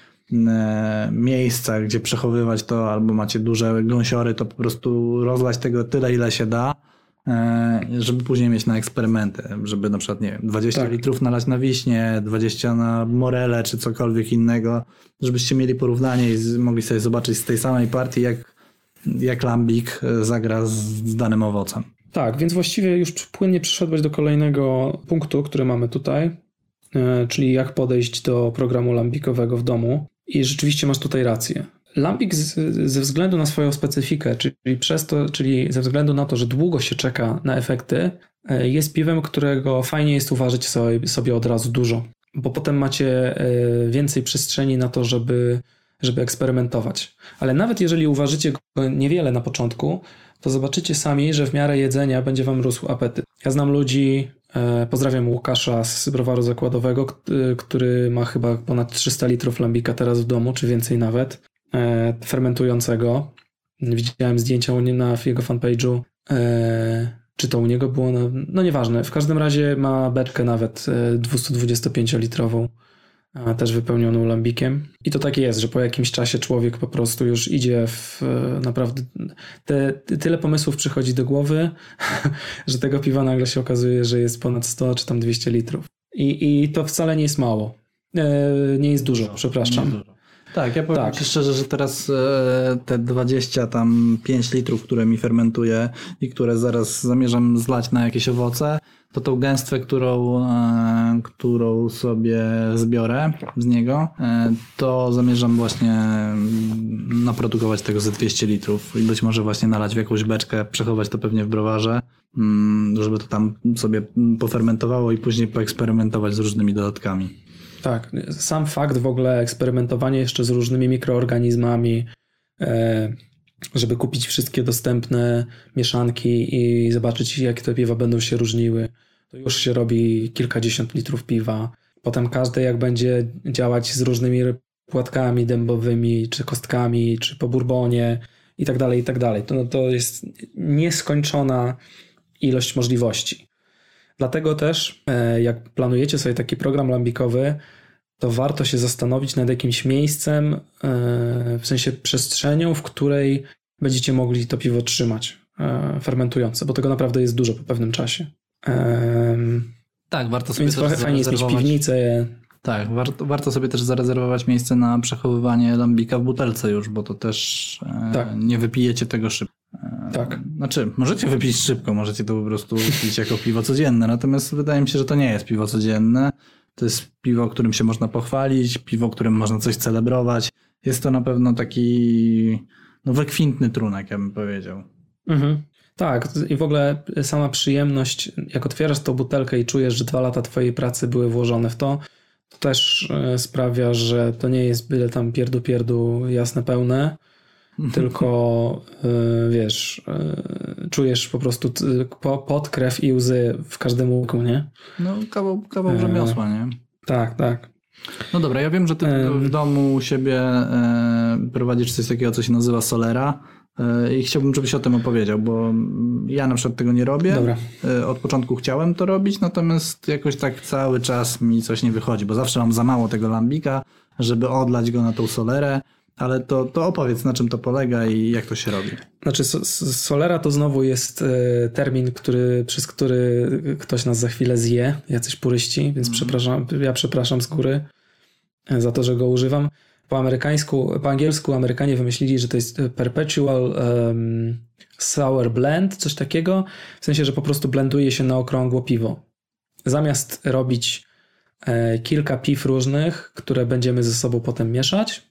e, miejsca, gdzie przechowywać to, albo macie duże gąsiory, to po prostu rozlać tego tyle, ile się da, e, żeby później mieć na eksperymenty, żeby na przykład, nie wiem, dwadzieścia tak. litrów nalać na wiśnie, dwadzieścia na morele, czy cokolwiek innego, żebyście mieli porównanie i z, mogli sobie zobaczyć z tej samej partii, jak, jak lambik zagra z, z danym owocem. Tak, więc właściwie już płynnie przeszedłeś do kolejnego punktu, który mamy tutaj, czyli jak podejść do programu lambikowego w domu. I rzeczywiście masz tutaj rację. Lambik z, ze względu na swoją specyfikę, czyli przez to, czyli ze względu na to, że długo się czeka na efekty, jest piwem, którego fajnie jest uważać sobie, sobie od razu dużo, bo potem macie więcej przestrzeni na to, żeby, żeby eksperymentować. Ale nawet jeżeli uważycie go niewiele na początku, to zobaczycie sami, że w miarę jedzenia będzie wam rósł apetyt. Ja znam ludzi, e, pozdrawiam Łukasza z browaru zakładowego, k- który ma chyba ponad trzysta litrów lambika teraz w domu, czy więcej nawet, e, fermentującego. Widziałem zdjęcia u nie na jego fanpage'u. E, czy to u niego było? No, no nieważne. W każdym razie ma beczkę nawet e, dwieście-dwudziestopięciolitrową. Też wypełnioną lambikiem. I to tak jest, że po jakimś czasie człowiek po prostu już idzie w naprawdę... Te, tyle pomysłów przychodzi do głowy, że tego piwa nagle się okazuje, że jest ponad sto czy tam dwieście litrów. I, i to wcale nie jest mało. E, nie jest dużo, przepraszam. Nie dużo. Tak, ja powiem Tak. Ci szczerze, że teraz e, te dwadzieścia tam pięć litrów, które mi fermentuje i które zaraz zamierzam zlać na jakieś owoce, to tą gęstwę, którą, e, którą sobie zbiorę z niego, e, to zamierzam właśnie naprodukować tego ze dwieście litrów i być może właśnie nalać w jakąś beczkę, przechować to pewnie w browarze, mm, żeby to tam sobie pofermentowało i później poeksperymentować z różnymi dodatkami. Tak, sam fakt w ogóle eksperymentowania jeszcze z różnymi mikroorganizmami, e, żeby kupić wszystkie dostępne mieszanki i zobaczyć, jak te piwa będą się różniły, to już się robi kilkadziesiąt litrów piwa. Potem każde jak będzie działać z różnymi płatkami dębowymi, czy kostkami, czy po bourbonie i tak dalej, i tak dalej. To, no, to jest nieskończona ilość możliwości. Dlatego też, jak planujecie sobie taki program lambikowy, to warto się zastanowić nad jakimś miejscem, w sensie przestrzenią, w której będziecie mogli to piwo trzymać fermentujące, bo tego naprawdę jest dużo po pewnym czasie. Tak, warto sobie Więc też fajnie jest mieć piwnicę. Tak, warto, warto sobie też zarezerwować miejsce na przechowywanie lambika w butelce już, bo to też tak. e, nie wypijecie tego szybko. E, tak. Znaczy, możecie wypić szybko, możecie to po prostu pić jako piwo codzienne, natomiast wydaje mi się, że to nie jest piwo codzienne. To jest piwo, którym się można pochwalić, piwo, którym można coś celebrować. Jest to na pewno taki no, wykwintny trunek, ja bym powiedział. Mhm. Tak, i w ogóle sama przyjemność, jak otwierasz tą butelkę i czujesz, że dwa lata twojej pracy były włożone w to, to też sprawia, że to nie jest byle tam pierdu pierdu jasne pełne, tylko wiesz, czujesz po prostu pot, krew i łzy w każdym łuku, nie? No kawał, kawał rzemiosła, nie? Tak, tak. No dobra, ja wiem, że ty w domu u siebie prowadzisz coś takiego, co się nazywa Solera. I chciałbym, żebyś o tym opowiedział, bo ja na przykład tego nie robię. Dobra. Od początku chciałem to robić, natomiast jakoś tak cały czas mi coś nie wychodzi, bo zawsze mam za mało tego lambika, żeby odlać go na tą solerę, ale to, to opowiedz, na czym to polega i jak to się robi. Znaczy solera to znowu jest termin, który, przez który ktoś nas za chwilę zje, jacyś puryści, więc mm. przepraszam, ja przepraszam z góry za to, że go używam. Po amerykańsku, po angielsku Amerykanie wymyślili, że to jest perpetual um, sour blend, coś takiego, w sensie, że po prostu blenduje się na okrągło piwo. Zamiast robić e, kilka piw różnych, które będziemy ze sobą potem mieszać,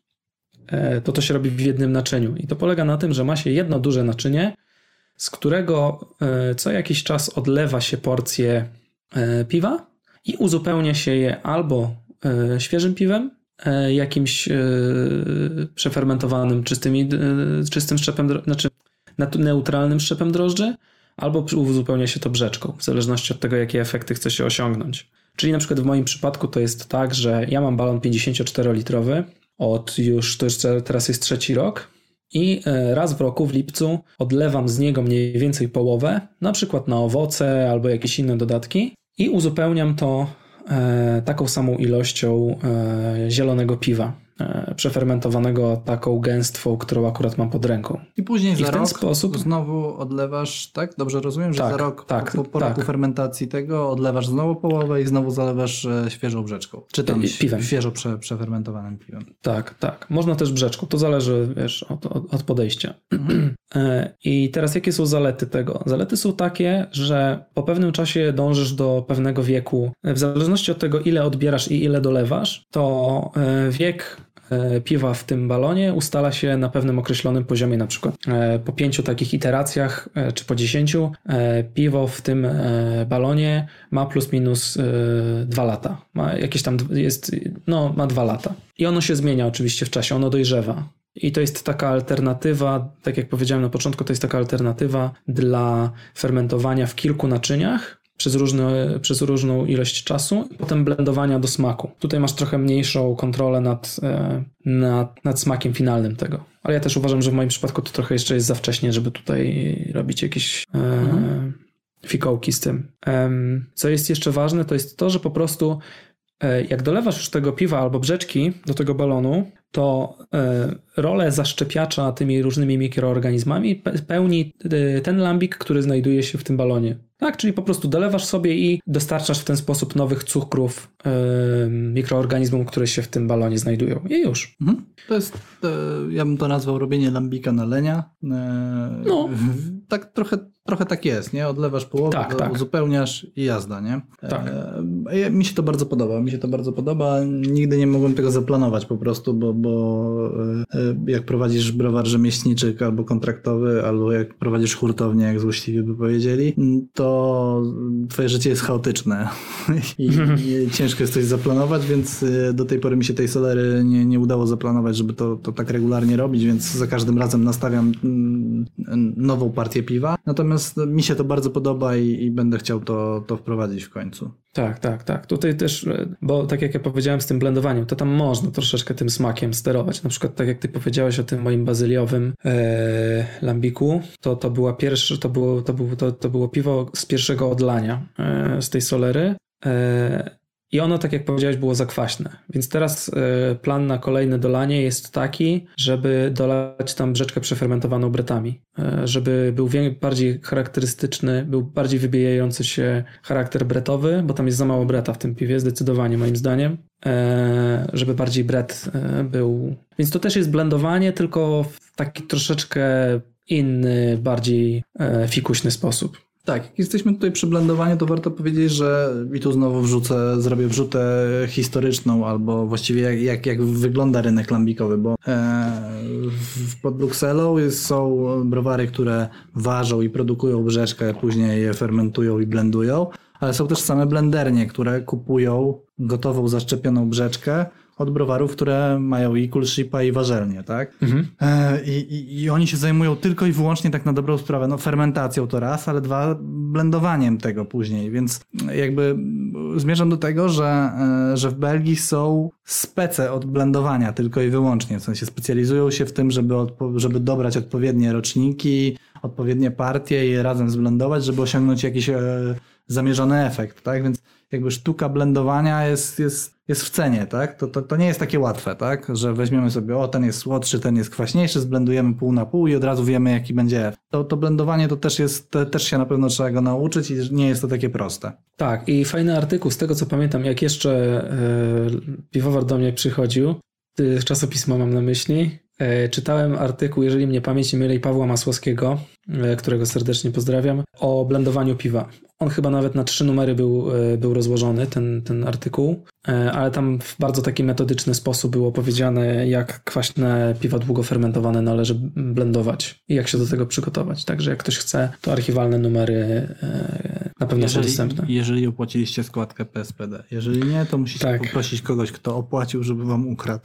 e, to to się robi w jednym naczyniu. I to polega na tym, że ma się jedno duże naczynie, z którego e, co jakiś czas odlewa się porcje e, piwa i uzupełnia się je albo e, świeżym piwem, jakimś przefermentowanym czystymi, czystym szczepem, znaczy neutralnym szczepem drożdży, albo uzupełnia się to brzeczką, w zależności od tego, jakie efekty chce się osiągnąć. Czyli na przykład w moim przypadku to jest tak, że ja mam balon pięćdziesięcioczterolitrowy od już, to już teraz jest trzeci rok i raz w roku w lipcu odlewam z niego mniej więcej połowę, na przykład na owoce albo jakieś inne dodatki i uzupełniam to taką samą ilością zielonego piwa, przefermentowanego taką gęstwą, którą akurat mam pod ręką. I później I za w ten rok sposób znowu odlewasz, tak? Dobrze rozumiem, że tak, za rok tak, po, po tak. roku fermentacji tego odlewasz znowu połowę i znowu zalewasz świeżą brzeczką. Czy tam piwem. Świeżo prze, przefermentowanym piwem. Tak, tak. Można też brzeczką. To zależy, wiesz, od, od, od podejścia. Mhm. I teraz jakie są zalety tego? Zalety są takie, że po pewnym czasie dążysz do pewnego wieku. W zależności od tego, ile odbierasz i ile dolewasz, to wiek piwa w tym balonie ustala się na pewnym określonym poziomie, na przykład po pięciu takich iteracjach, czy po dziesięciu, piwo w tym balonie ma plus minus dwa lata. Ma jakieś tam, jest, no ma dwa lata. I ono się zmienia oczywiście w czasie, ono dojrzewa. I to jest taka alternatywa, tak jak powiedziałem na początku, to jest taka alternatywa dla fermentowania w kilku naczyniach, przez, różne, przez różną ilość czasu i potem blendowania do smaku. Tutaj masz trochę mniejszą kontrolę nad, nad, nad smakiem finalnym tego. Ale ja też uważam, że w moim przypadku to trochę jeszcze jest za wcześnie, żeby tutaj robić jakieś mhm. e, fikołki z tym. E, co jest jeszcze ważne, to jest to, że po prostu e, jak dolewasz już tego piwa albo brzeczki do tego balonu, to e, rolę zaszczepiacza tymi różnymi mikroorganizmami pełni ten lambik, który znajduje się w tym balonie. Tak, czyli po prostu dolewasz sobie i dostarczasz w ten sposób nowych cukrów yy, mikroorganizmom, które się w tym balonie znajdują. I już. Mhm. To jest, e, ja bym to nazwał robienie lambika na lenia. E, no. Tak trochę, trochę tak jest, nie? Odlewasz połowę, tak, tak. uzupełniasz i jazda, nie? Tak. E, mi się to bardzo podoba. Mi się to bardzo podoba. Nigdy nie mogłem tego zaplanować po prostu, bo, bo e, jak prowadzisz browar rzemieślniczy albo kontraktowy, albo jak prowadzisz hurtownię, jak złośliwie by powiedzieli, to twoje życie jest chaotyczne i, i ciężko jest coś zaplanować, więc do tej pory mi się tej solery nie, nie udało zaplanować, żeby to, to tak regularnie robić, więc za każdym razem nastawiam nową partię piwa. Natomiast natomiast mi się to bardzo podoba i, i będę chciał to, to wprowadzić w końcu. Tak, tak, tak. Tutaj też, bo tak jak ja powiedziałem z tym blendowaniem, to tam można troszeczkę tym smakiem sterować. Na przykład tak jak ty powiedziałeś o tym moim bazyliowym e, lambiku, to to była pierwsze, to było, to było, to, to było piwo z pierwszego odlania e, z tej solery. E, I ono, tak jak powiedziałeś, było zakwaśne. Więc teraz y, plan na kolejne dolanie jest taki, żeby dolać tam brzeczkę przefermentowaną bretami. Y, żeby był wie- bardziej charakterystyczny, był bardziej wybijający się charakter bretowy, bo tam jest za mało breta w tym piwie, zdecydowanie moim zdaniem. Y, żeby bardziej bret y, był... Więc to też jest blendowanie, tylko w taki troszeczkę inny, bardziej y, fikuśny sposób. Tak, jak jesteśmy tutaj przy blendowaniu, to warto powiedzieć, że i tu znowu wrzucę, zrobię wrzutę historyczną, albo właściwie jak, jak, jak wygląda rynek lambikowy, bo e, w, pod Brukselą jest, są browary, które ważą i produkują brzeczkę, później je fermentują i blendują, ale są też same blendernie, które kupują gotową, zaszczepioną brzeczkę od browarów, które mają i coolshipa i warzelnię, tak? Mhm. E, i, I oni się zajmują tylko i wyłącznie tak na dobrą sprawę, no fermentacją to raz, ale dwa, blendowaniem tego później, więc jakby zmierzam do tego, że, e, że w Belgii są spece od blendowania tylko i wyłącznie, w sensie specjalizują się w tym, żeby, odpo- żeby dobrać odpowiednie roczniki, odpowiednie partie i je razem zblendować, żeby osiągnąć jakiś e, zamierzony efekt, tak? Więc jakby sztuka blendowania jest, jest, jest w cenie, tak? To, to, to nie jest takie łatwe, tak? Że weźmiemy sobie, o ten jest słodszy, ten jest kwaśniejszy, zblendujemy pół na pół i od razu wiemy, jaki będzie efekt. To, to blendowanie to też jest, to też się na pewno trzeba go nauczyć i nie jest to takie proste. Tak, i fajny artykuł, z tego co pamiętam, jak jeszcze yy, piwowar do mnie przychodził, yy, czasopismo mam na myśli, yy, czytałem artykuł, jeżeli mnie pamięć nie myli, Pawła Masłowskiego, yy, którego serdecznie pozdrawiam, o blendowaniu piwa. On chyba nawet na trzy numery był, był rozłożony, ten, ten artykuł, ale tam w bardzo taki metodyczny sposób było powiedziane, jak kwaśne piwa długofermentowane należy blendować i jak się do tego przygotować. Także jak ktoś chce, to archiwalne numery na pewno jeżeli, są dostępne. Jeżeli opłaciliście składkę P S P D. Jeżeli nie, to musicie tak. poprosić kogoś, kto opłacił, żeby wam ukradł.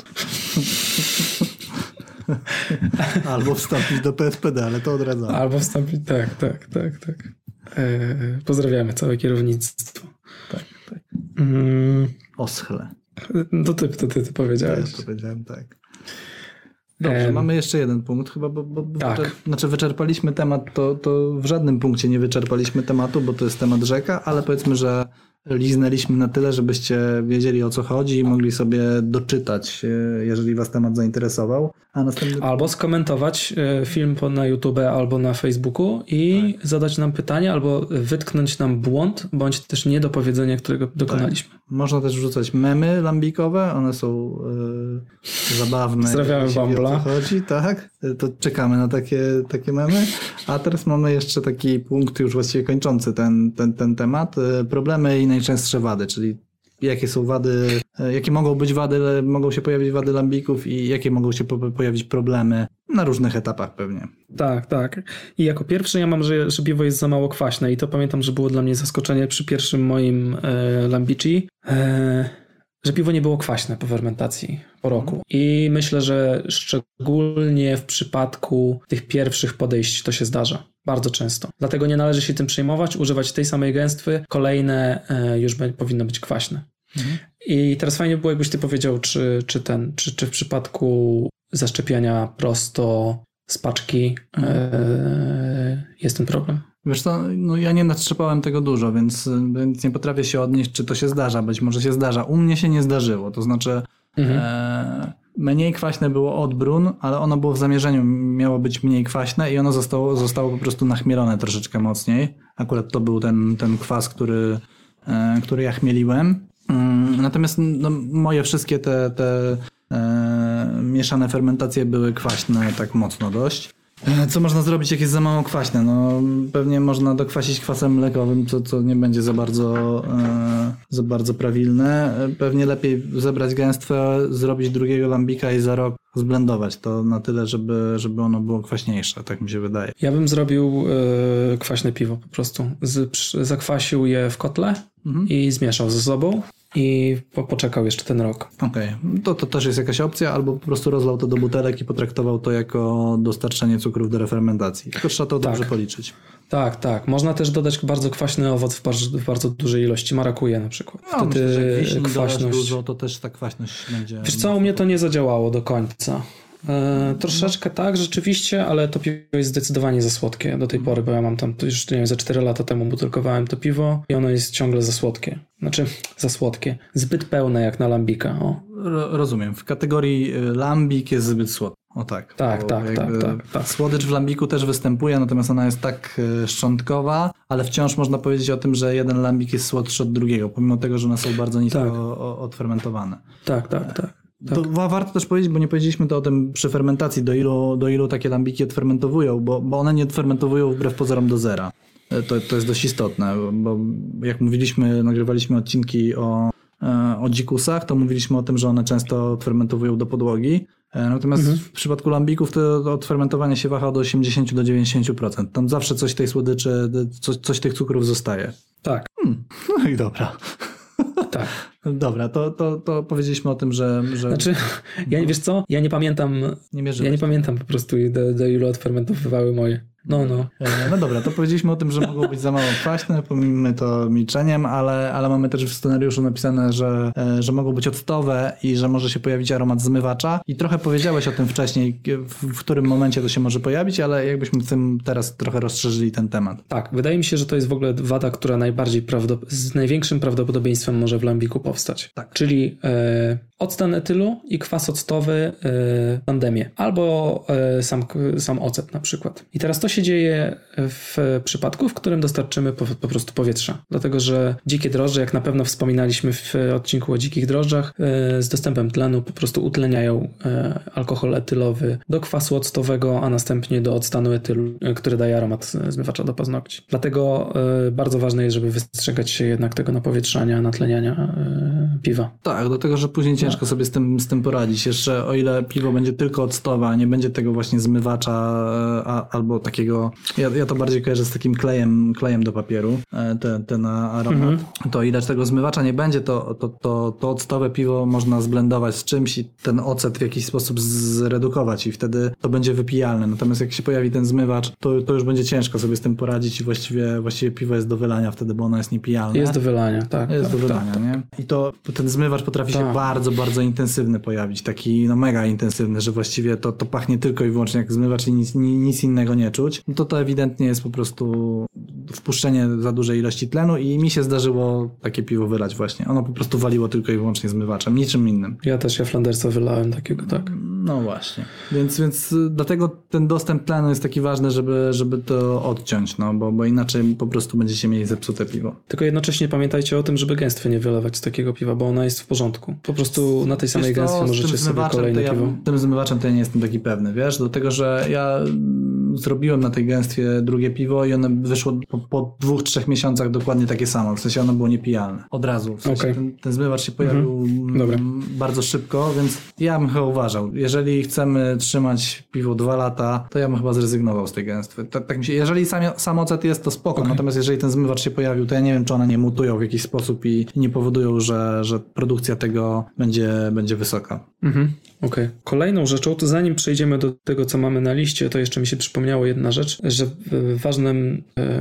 Albo wstąpić do P S P D, ale to odradzamy. Albo wstąpić, tak, tak, tak, tak. Eee, pozdrawiamy całe kierownictwo. Tak, tak. Mm. Oschle. To ty, to ty, ty powiedziałeś. Ja powiedziałem, tak. Dobrze, um, mamy jeszcze jeden punkt chyba, bo, bo tak. wyczer- znaczy wyczerpaliśmy temat, to, to w żadnym punkcie nie wyczerpaliśmy tematu, bo to jest temat rzeka, ale powiedzmy, że liznęliśmy na tyle, żebyście wiedzieli, o co chodzi i mogli sobie doczytać, jeżeli was temat zainteresował. A następny... Albo skomentować film na YouTube albo na Facebooku i tak. zadać nam pytanie, albo wytknąć nam błąd, bądź też niedopowiedzenia, którego dokonaliśmy. Tak. Można też wrzucać memy lambikowe, one są yy, zabawne. Pozdrawiamy Bambla. O co chodzi, tak? To czekamy na takie, takie memy. A teraz mamy jeszcze taki punkt już właściwie kończący ten, ten, ten temat. Problemy i najczęstsze wady, czyli jakie są wady, jakie mogą być wady, mogą się pojawić wady lambików i jakie mogą się po, pojawić problemy na różnych etapach pewnie. Tak, tak. I jako pierwszy ja mam, że, że piwo jest za mało kwaśne i to pamiętam, że było dla mnie zaskoczenie przy pierwszym moim e, lambici, e, że piwo nie było kwaśne po fermentacji po roku. I myślę, że szczególnie w przypadku tych pierwszych podejść to się zdarza. Bardzo często. Dlatego nie należy się tym przejmować, używać tej samej gęstwy. Kolejne e, już be, powinno być kwaśne. Mhm. I teraz fajnie było, jakbyś ty powiedział, czy, czy, ten, czy, czy w przypadku zaszczepiania prosto z paczki mhm. e, jest ten problem. Wiesz co, no ja nie natrzepałem tego dużo, więc, więc nie potrafię się odnieść, czy to się zdarza. Być może się zdarza. U mnie się nie zdarzyło. To znaczy mhm. e, mniej kwaśne było od brun, ale ono było w zamierzeniu, miało być mniej kwaśne i ono zostało, zostało po prostu nachmielone troszeczkę mocniej. Akurat to był ten, ten kwas, który, e, który ja chmieliłem. Mm, natomiast no, moje wszystkie te, te e, mieszane fermentacje były kwaśne tak mocno dość. Co można zrobić, jak jest za mało kwaśne? No, pewnie można dokwasić kwasem mlekowym, co, co nie będzie za bardzo, e, za bardzo prawilne. Pewnie lepiej zebrać gęstwę, zrobić drugiego lambika i za rok zblendować to na tyle, żeby, żeby ono było kwaśniejsze, tak mi się wydaje. Ja bym zrobił e, kwaśne piwo po prostu. Z, zakwasił je w kotle mhm. i zmieszał ze sobą. i po, poczekał jeszcze ten rok. Okej, okay. to, to też jest jakaś opcja, albo po prostu rozlał to do butelek i potraktował to jako dostarczenie cukrów do refermentacji. Tylko trzeba to dobrze tak. policzyć. Tak, tak. Można też dodać bardzo kwaśny owoc w bardzo, w bardzo dużej ilości, marakuje na przykład. No, Wtedy myślę, że jak wiśni kwaśność... dużo, to też ta kwaśność będzie... Wiesz co, u mnie to nie zadziałało do końca. E, troszeczkę tak, rzeczywiście, ale to piwo jest zdecydowanie za słodkie do tej pory, bo ja mam tam, to już nie wiem, za cztery lata temu butelkowałem to piwo i ono jest ciągle za słodkie. Znaczy, za słodkie. Zbyt pełne jak na lambika. O. Ro, rozumiem. W kategorii lambik jest zbyt słodki. O tak. Tak, tak, tak, tak, tak. Słodycz w lambiku też występuje, natomiast ona jest tak szczątkowa, ale wciąż można powiedzieć o tym, że jeden lambik jest słodszy od drugiego, pomimo tego, że one są bardzo nisko tak. odfermentowane. Tak, tak, tak. Tak. To warto też powiedzieć, bo nie powiedzieliśmy to o tym przy fermentacji, do ilu, do ilu takie lambiki odfermentowują, bo, bo one nie odfermentowują wbrew pozorom do zera. To, to jest dość istotne, bo jak mówiliśmy, nagrywaliśmy odcinki o, o dzikusach, to mówiliśmy o tym, że one często odfermentowują do podłogi. Natomiast mhm. w przypadku lambików to odfermentowanie się waha od osiemdziesiąt do dziewięćdziesięciu procent. Tam zawsze coś tej słodyczy, coś, coś tych cukrów zostaje. Tak. Hmm. No i dobra. Tak. Dobra, to, to, to powiedzieliśmy o tym, że... że... Znaczy, ja, wiesz co, ja nie pamiętam, nie ja nie pamiętam po prostu do, do ilu odfermentowywały moje. No, no. No dobra, to powiedzieliśmy o tym, że mogą być za mało kwaśne, pomijmy to milczeniem, ale, ale mamy też w scenariuszu napisane, że, że mogą być octowe i że może się pojawić aromat zmywacza i trochę powiedziałeś o tym wcześniej, w, w którym momencie to się może pojawić, ale jakbyśmy w tym teraz trochę rozszerzyli ten temat. Tak, wydaje mi się, że to jest w ogóle wada, która najbardziej prawdop- z największym prawdopodobieństwem może w lambiku powstać. Tak. Czyli e, octan etylu i kwas octowy e, tandemie, albo e, sam, sam ocet na przykład. I teraz to się dzieje w przypadku, w którym dostarczymy po, po prostu powietrza. Dlatego, że dzikie drożdże, jak na pewno wspominaliśmy w odcinku o dzikich drożdżach, e, z dostępem tlenu po prostu utleniają e, alkohol etylowy do kwasu octowego, a następnie do octanu etylu, e, który daje aromat zmywacza do paznokci. Dlatego e, bardzo ważne jest, żeby wystrzegać się jednak tego napowietrzania, natleniania e, piwa. Tak, do tego, że później ciężko no. sobie z tym, z tym poradzić. Jeszcze o ile piwo będzie tylko octowe, a nie będzie tego właśnie zmywacza a, albo takiego, ja, ja to bardziej kojarzę z takim klejem, klejem do papieru, ten, ten aromat, mhm. to ile tego zmywacza nie będzie, to, to, to, to octowe piwo można zblendować z czymś i ten ocet w jakiś sposób zredukować i wtedy to będzie wypijalne. Natomiast jak się pojawi ten zmywacz, to, to już będzie ciężko sobie z tym poradzić i właściwie, właściwie piwo jest do wylania wtedy, bo ono jest niepijalne. Jest do wylania, tak. Jest tak, do wylania, tak, nie? tak. I to ten zmywacz potrafi tak. się bardzo, bardzo intensywny pojawić. Taki no mega intensywny, że właściwie to, to pachnie tylko i wyłącznie jak zmywacz i nic, nic innego nie czuć. No to to ewidentnie jest po prostu wpuszczenie za dużej ilości tlenu i mi się zdarzyło takie piwo wylać właśnie. Ono po prostu waliło tylko i wyłącznie zmywaczem, niczym innym. Ja też ja Flandersa wylałem takiego, tak. No właśnie. Więc, więc dlatego ten dostęp tlenu jest taki ważny, żeby, żeby to odciąć, no bo, bo inaczej po prostu będziecie mieli zepsute piwo. Tylko jednocześnie pamiętajcie o tym, żeby gęstwy nie wylewać z takiego piwa, bo ona jest w porządku. Po prostu na tej samej wiesz, gęstwie możecie sobie kolejne ja, piwo. Tym zmywaczem to ja nie jestem taki pewny, wiesz, dlatego, że ja zrobiłem na tej gęstwie drugie piwo i one wyszło po, po dwóch, trzech miesiącach dokładnie takie samo. W sensie ono było niepijalne. Od razu. W sensie okay. ten, ten zmywacz się pojawił mhm. bardzo szybko, więc ja bym chyba uważał. Jeżeli chcemy trzymać piwo dwa lata, to ja bym chyba zrezygnował z tej gęstwy. Tak, tak mi się, jeżeli sam, sam ocet jest, to spoko. Okay. Natomiast jeżeli ten zmywacz się pojawił, to ja nie wiem, czy one nie mutują w jakiś sposób i nie powodują, że, że produkcja tego będzie, będzie wysoka. Mhm. Okej. Okay. Kolejną rzeczą, to zanim przejdziemy do tego, co mamy na liście, to jeszcze mi się przypomniało jedna rzecz, że ważnym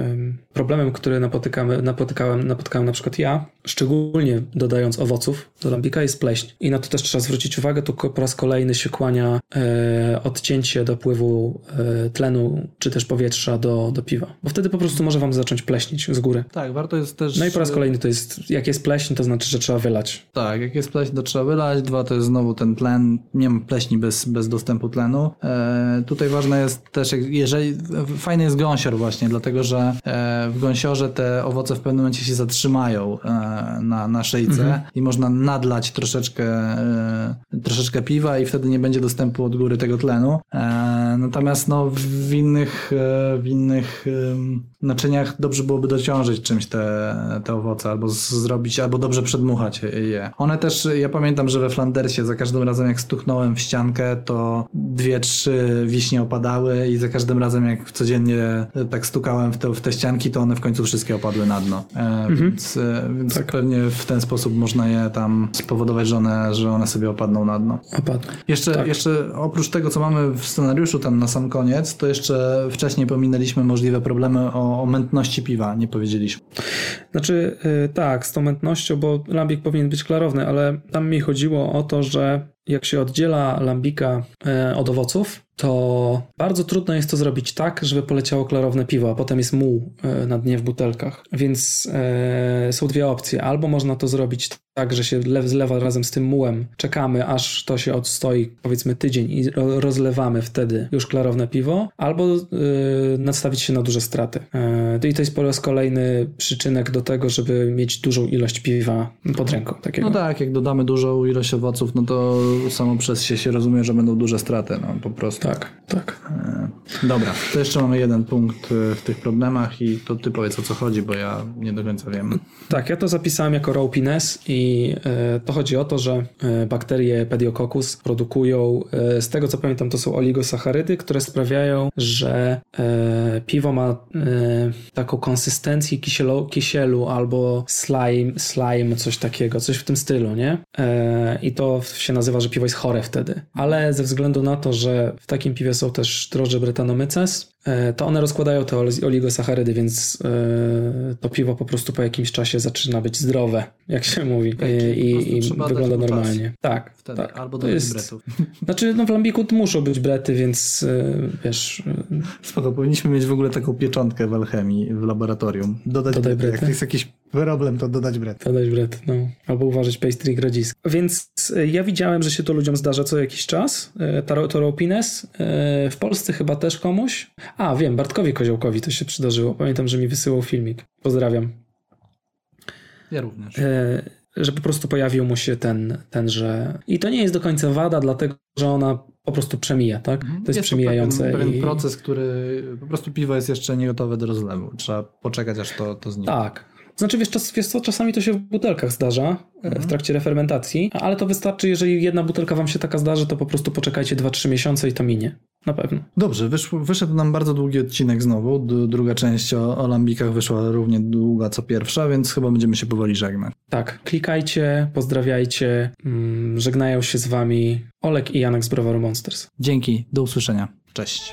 y, problemem, który napotykamy, napotykałem, napotkałem na przykład ja, szczególnie dodając owoców do lambika, jest pleśń. I na to też trzeba zwrócić uwagę, tu po raz kolejny się kłania y, odcięcie dopływu y, tlenu, czy też powietrza do, do piwa. Bo wtedy po prostu może wam zacząć pleśnić z góry. Tak, warto jest też... No i po raz kolejny to jest, jak jest pleśń, to znaczy, że trzeba wylać. Tak, jak jest pleśń, to trzeba wylać. Dwa, to jest znowu ten tlen. Nie ma pleśni bez, bez dostępu tlenu. E, tutaj ważne jest też, jeżeli fajny jest gąsior właśnie, dlatego że e, w gąsiorze te owoce w pewnym momencie się zatrzymają e, na, na szyjce mhm. i można nadlać troszeczkę, e, troszeczkę piwa i wtedy nie będzie dostępu od góry tego tlenu. E, Natomiast no, w innych, w innych naczyniach dobrze byłoby dociążyć czymś te, te owoce, albo zrobić, albo dobrze przedmuchać je. One też, ja pamiętam, że we Flandersie za każdym razem jak stuknąłem w ściankę, to dwie, trzy wiśnie opadały i za każdym razem jak codziennie tak stukałem w te, w te ścianki, to one w końcu wszystkie opadły na dno. Mhm. Więc, więc tak. Pewnie w ten sposób można je tam spowodować, że one, że one sobie opadną na dno. Opadną. Jeszcze, tak. jeszcze oprócz tego, co mamy w scenariuszu tam na sam koniec, to jeszcze wcześniej pominęliśmy możliwe problemy o, o mętności piwa, nie powiedzieliśmy. Znaczy yy, tak, z tą mętnością, bo lambik powinien być klarowny, ale tam mi chodziło o to, że jak się oddziela lambika yy, od owoców, to bardzo trudno jest to zrobić tak, żeby poleciało klarowne piwo, a potem jest muł yy, na dnie w butelkach. Więc yy, są dwie opcje. Albo można to zrobić tak, że się zlewa razem z tym mułem, czekamy aż to się odstoi powiedzmy tydzień i rozlewamy wtedy już klarowne piwo, albo yy, nastawić się na duże straty. Yy, I to jest po raz kolejny przyczynek do tego, żeby mieć dużą ilość piwa pod ręką. Takiego. No tak, jak dodamy dużą ilość owoców, no to samo przez się się rozumie, że będą duże straty, no po prostu. Tak, tak. Yy, dobra, to jeszcze mamy jeden punkt w tych problemach i to ty powiedz, o co chodzi, bo ja nie do końca wiem. Tak, ja to zapisałem jako rawpiness i I to chodzi o to, że bakterie Pediococcus produkują, z tego co pamiętam, to są oligosacharydy, które sprawiają, że piwo ma taką konsystencję kisielu, kisielu albo slime, slime, coś takiego, coś w tym stylu, nie? I to się nazywa, że piwo jest chore wtedy. Ale ze względu na to, że w takim piwie są też drożdże Brettanomyces, to one rozkładają te oligosacharydy, więc to piwo po prostu po jakimś czasie zaczyna być zdrowe, jak się mówi. I, i wygląda normalnie. Tak, Wtedy. tak. Albo do jest... bretów. Znaczy, no w lambiku muszą być brety, więc wiesz... Spoko, powinniśmy mieć w ogóle taką pieczątkę w alchemii, w laboratorium. Dodać Dodaj brety. brety. Jak jest jakiś problem, to dodać brety. Dodać brety, no. Albo uważać pastry grodzisk. Więc ja widziałem, że się to ludziom zdarza co jakiś czas. To rawpiness. W Polsce chyba też komuś. A, wiem, Bartkowi Koziołkowi to się przydarzyło. Pamiętam, że mi wysyłał filmik. Pozdrawiam. Ja również. E, że po prostu pojawił mu się ten, ten, że... I to nie jest do końca wada, dlatego, że ona po prostu przemija, tak? To jest, jest przemijające. To pewien, pewien i... proces, który... Po prostu piwo jest jeszcze nie gotowe do rozlewu. Trzeba poczekać, aż to, to zniknie. Tak. Znaczy, wiesz, czas, wiesz co, czasami to się w butelkach zdarza, mhm. w trakcie refermentacji, ale to wystarczy, jeżeli jedna butelka wam się taka zdarzy, to po prostu poczekajcie dwa trzy miesiące i to minie. Na pewno. Dobrze, wyszł, wyszedł nam bardzo długi odcinek znowu. D- druga część o, o lambikach wyszła równie długa co pierwsza, więc chyba będziemy się powoli żegnać. Tak, klikajcie, pozdrawiajcie, mm, żegnają się z wami Olek i Janek z Browaru Monsters. Dzięki, do usłyszenia. Cześć.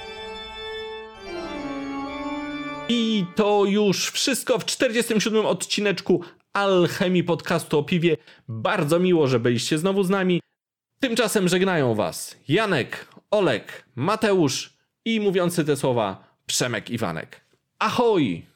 I to już wszystko w czterdziestym siódmym odcineczku Alchemii Podcastu o Piwie. Bardzo miło, że byliście znowu z nami. Tymczasem żegnają was Janek, Olek, Mateusz i mówiący te słowa Przemek Iwanek. Ahoj!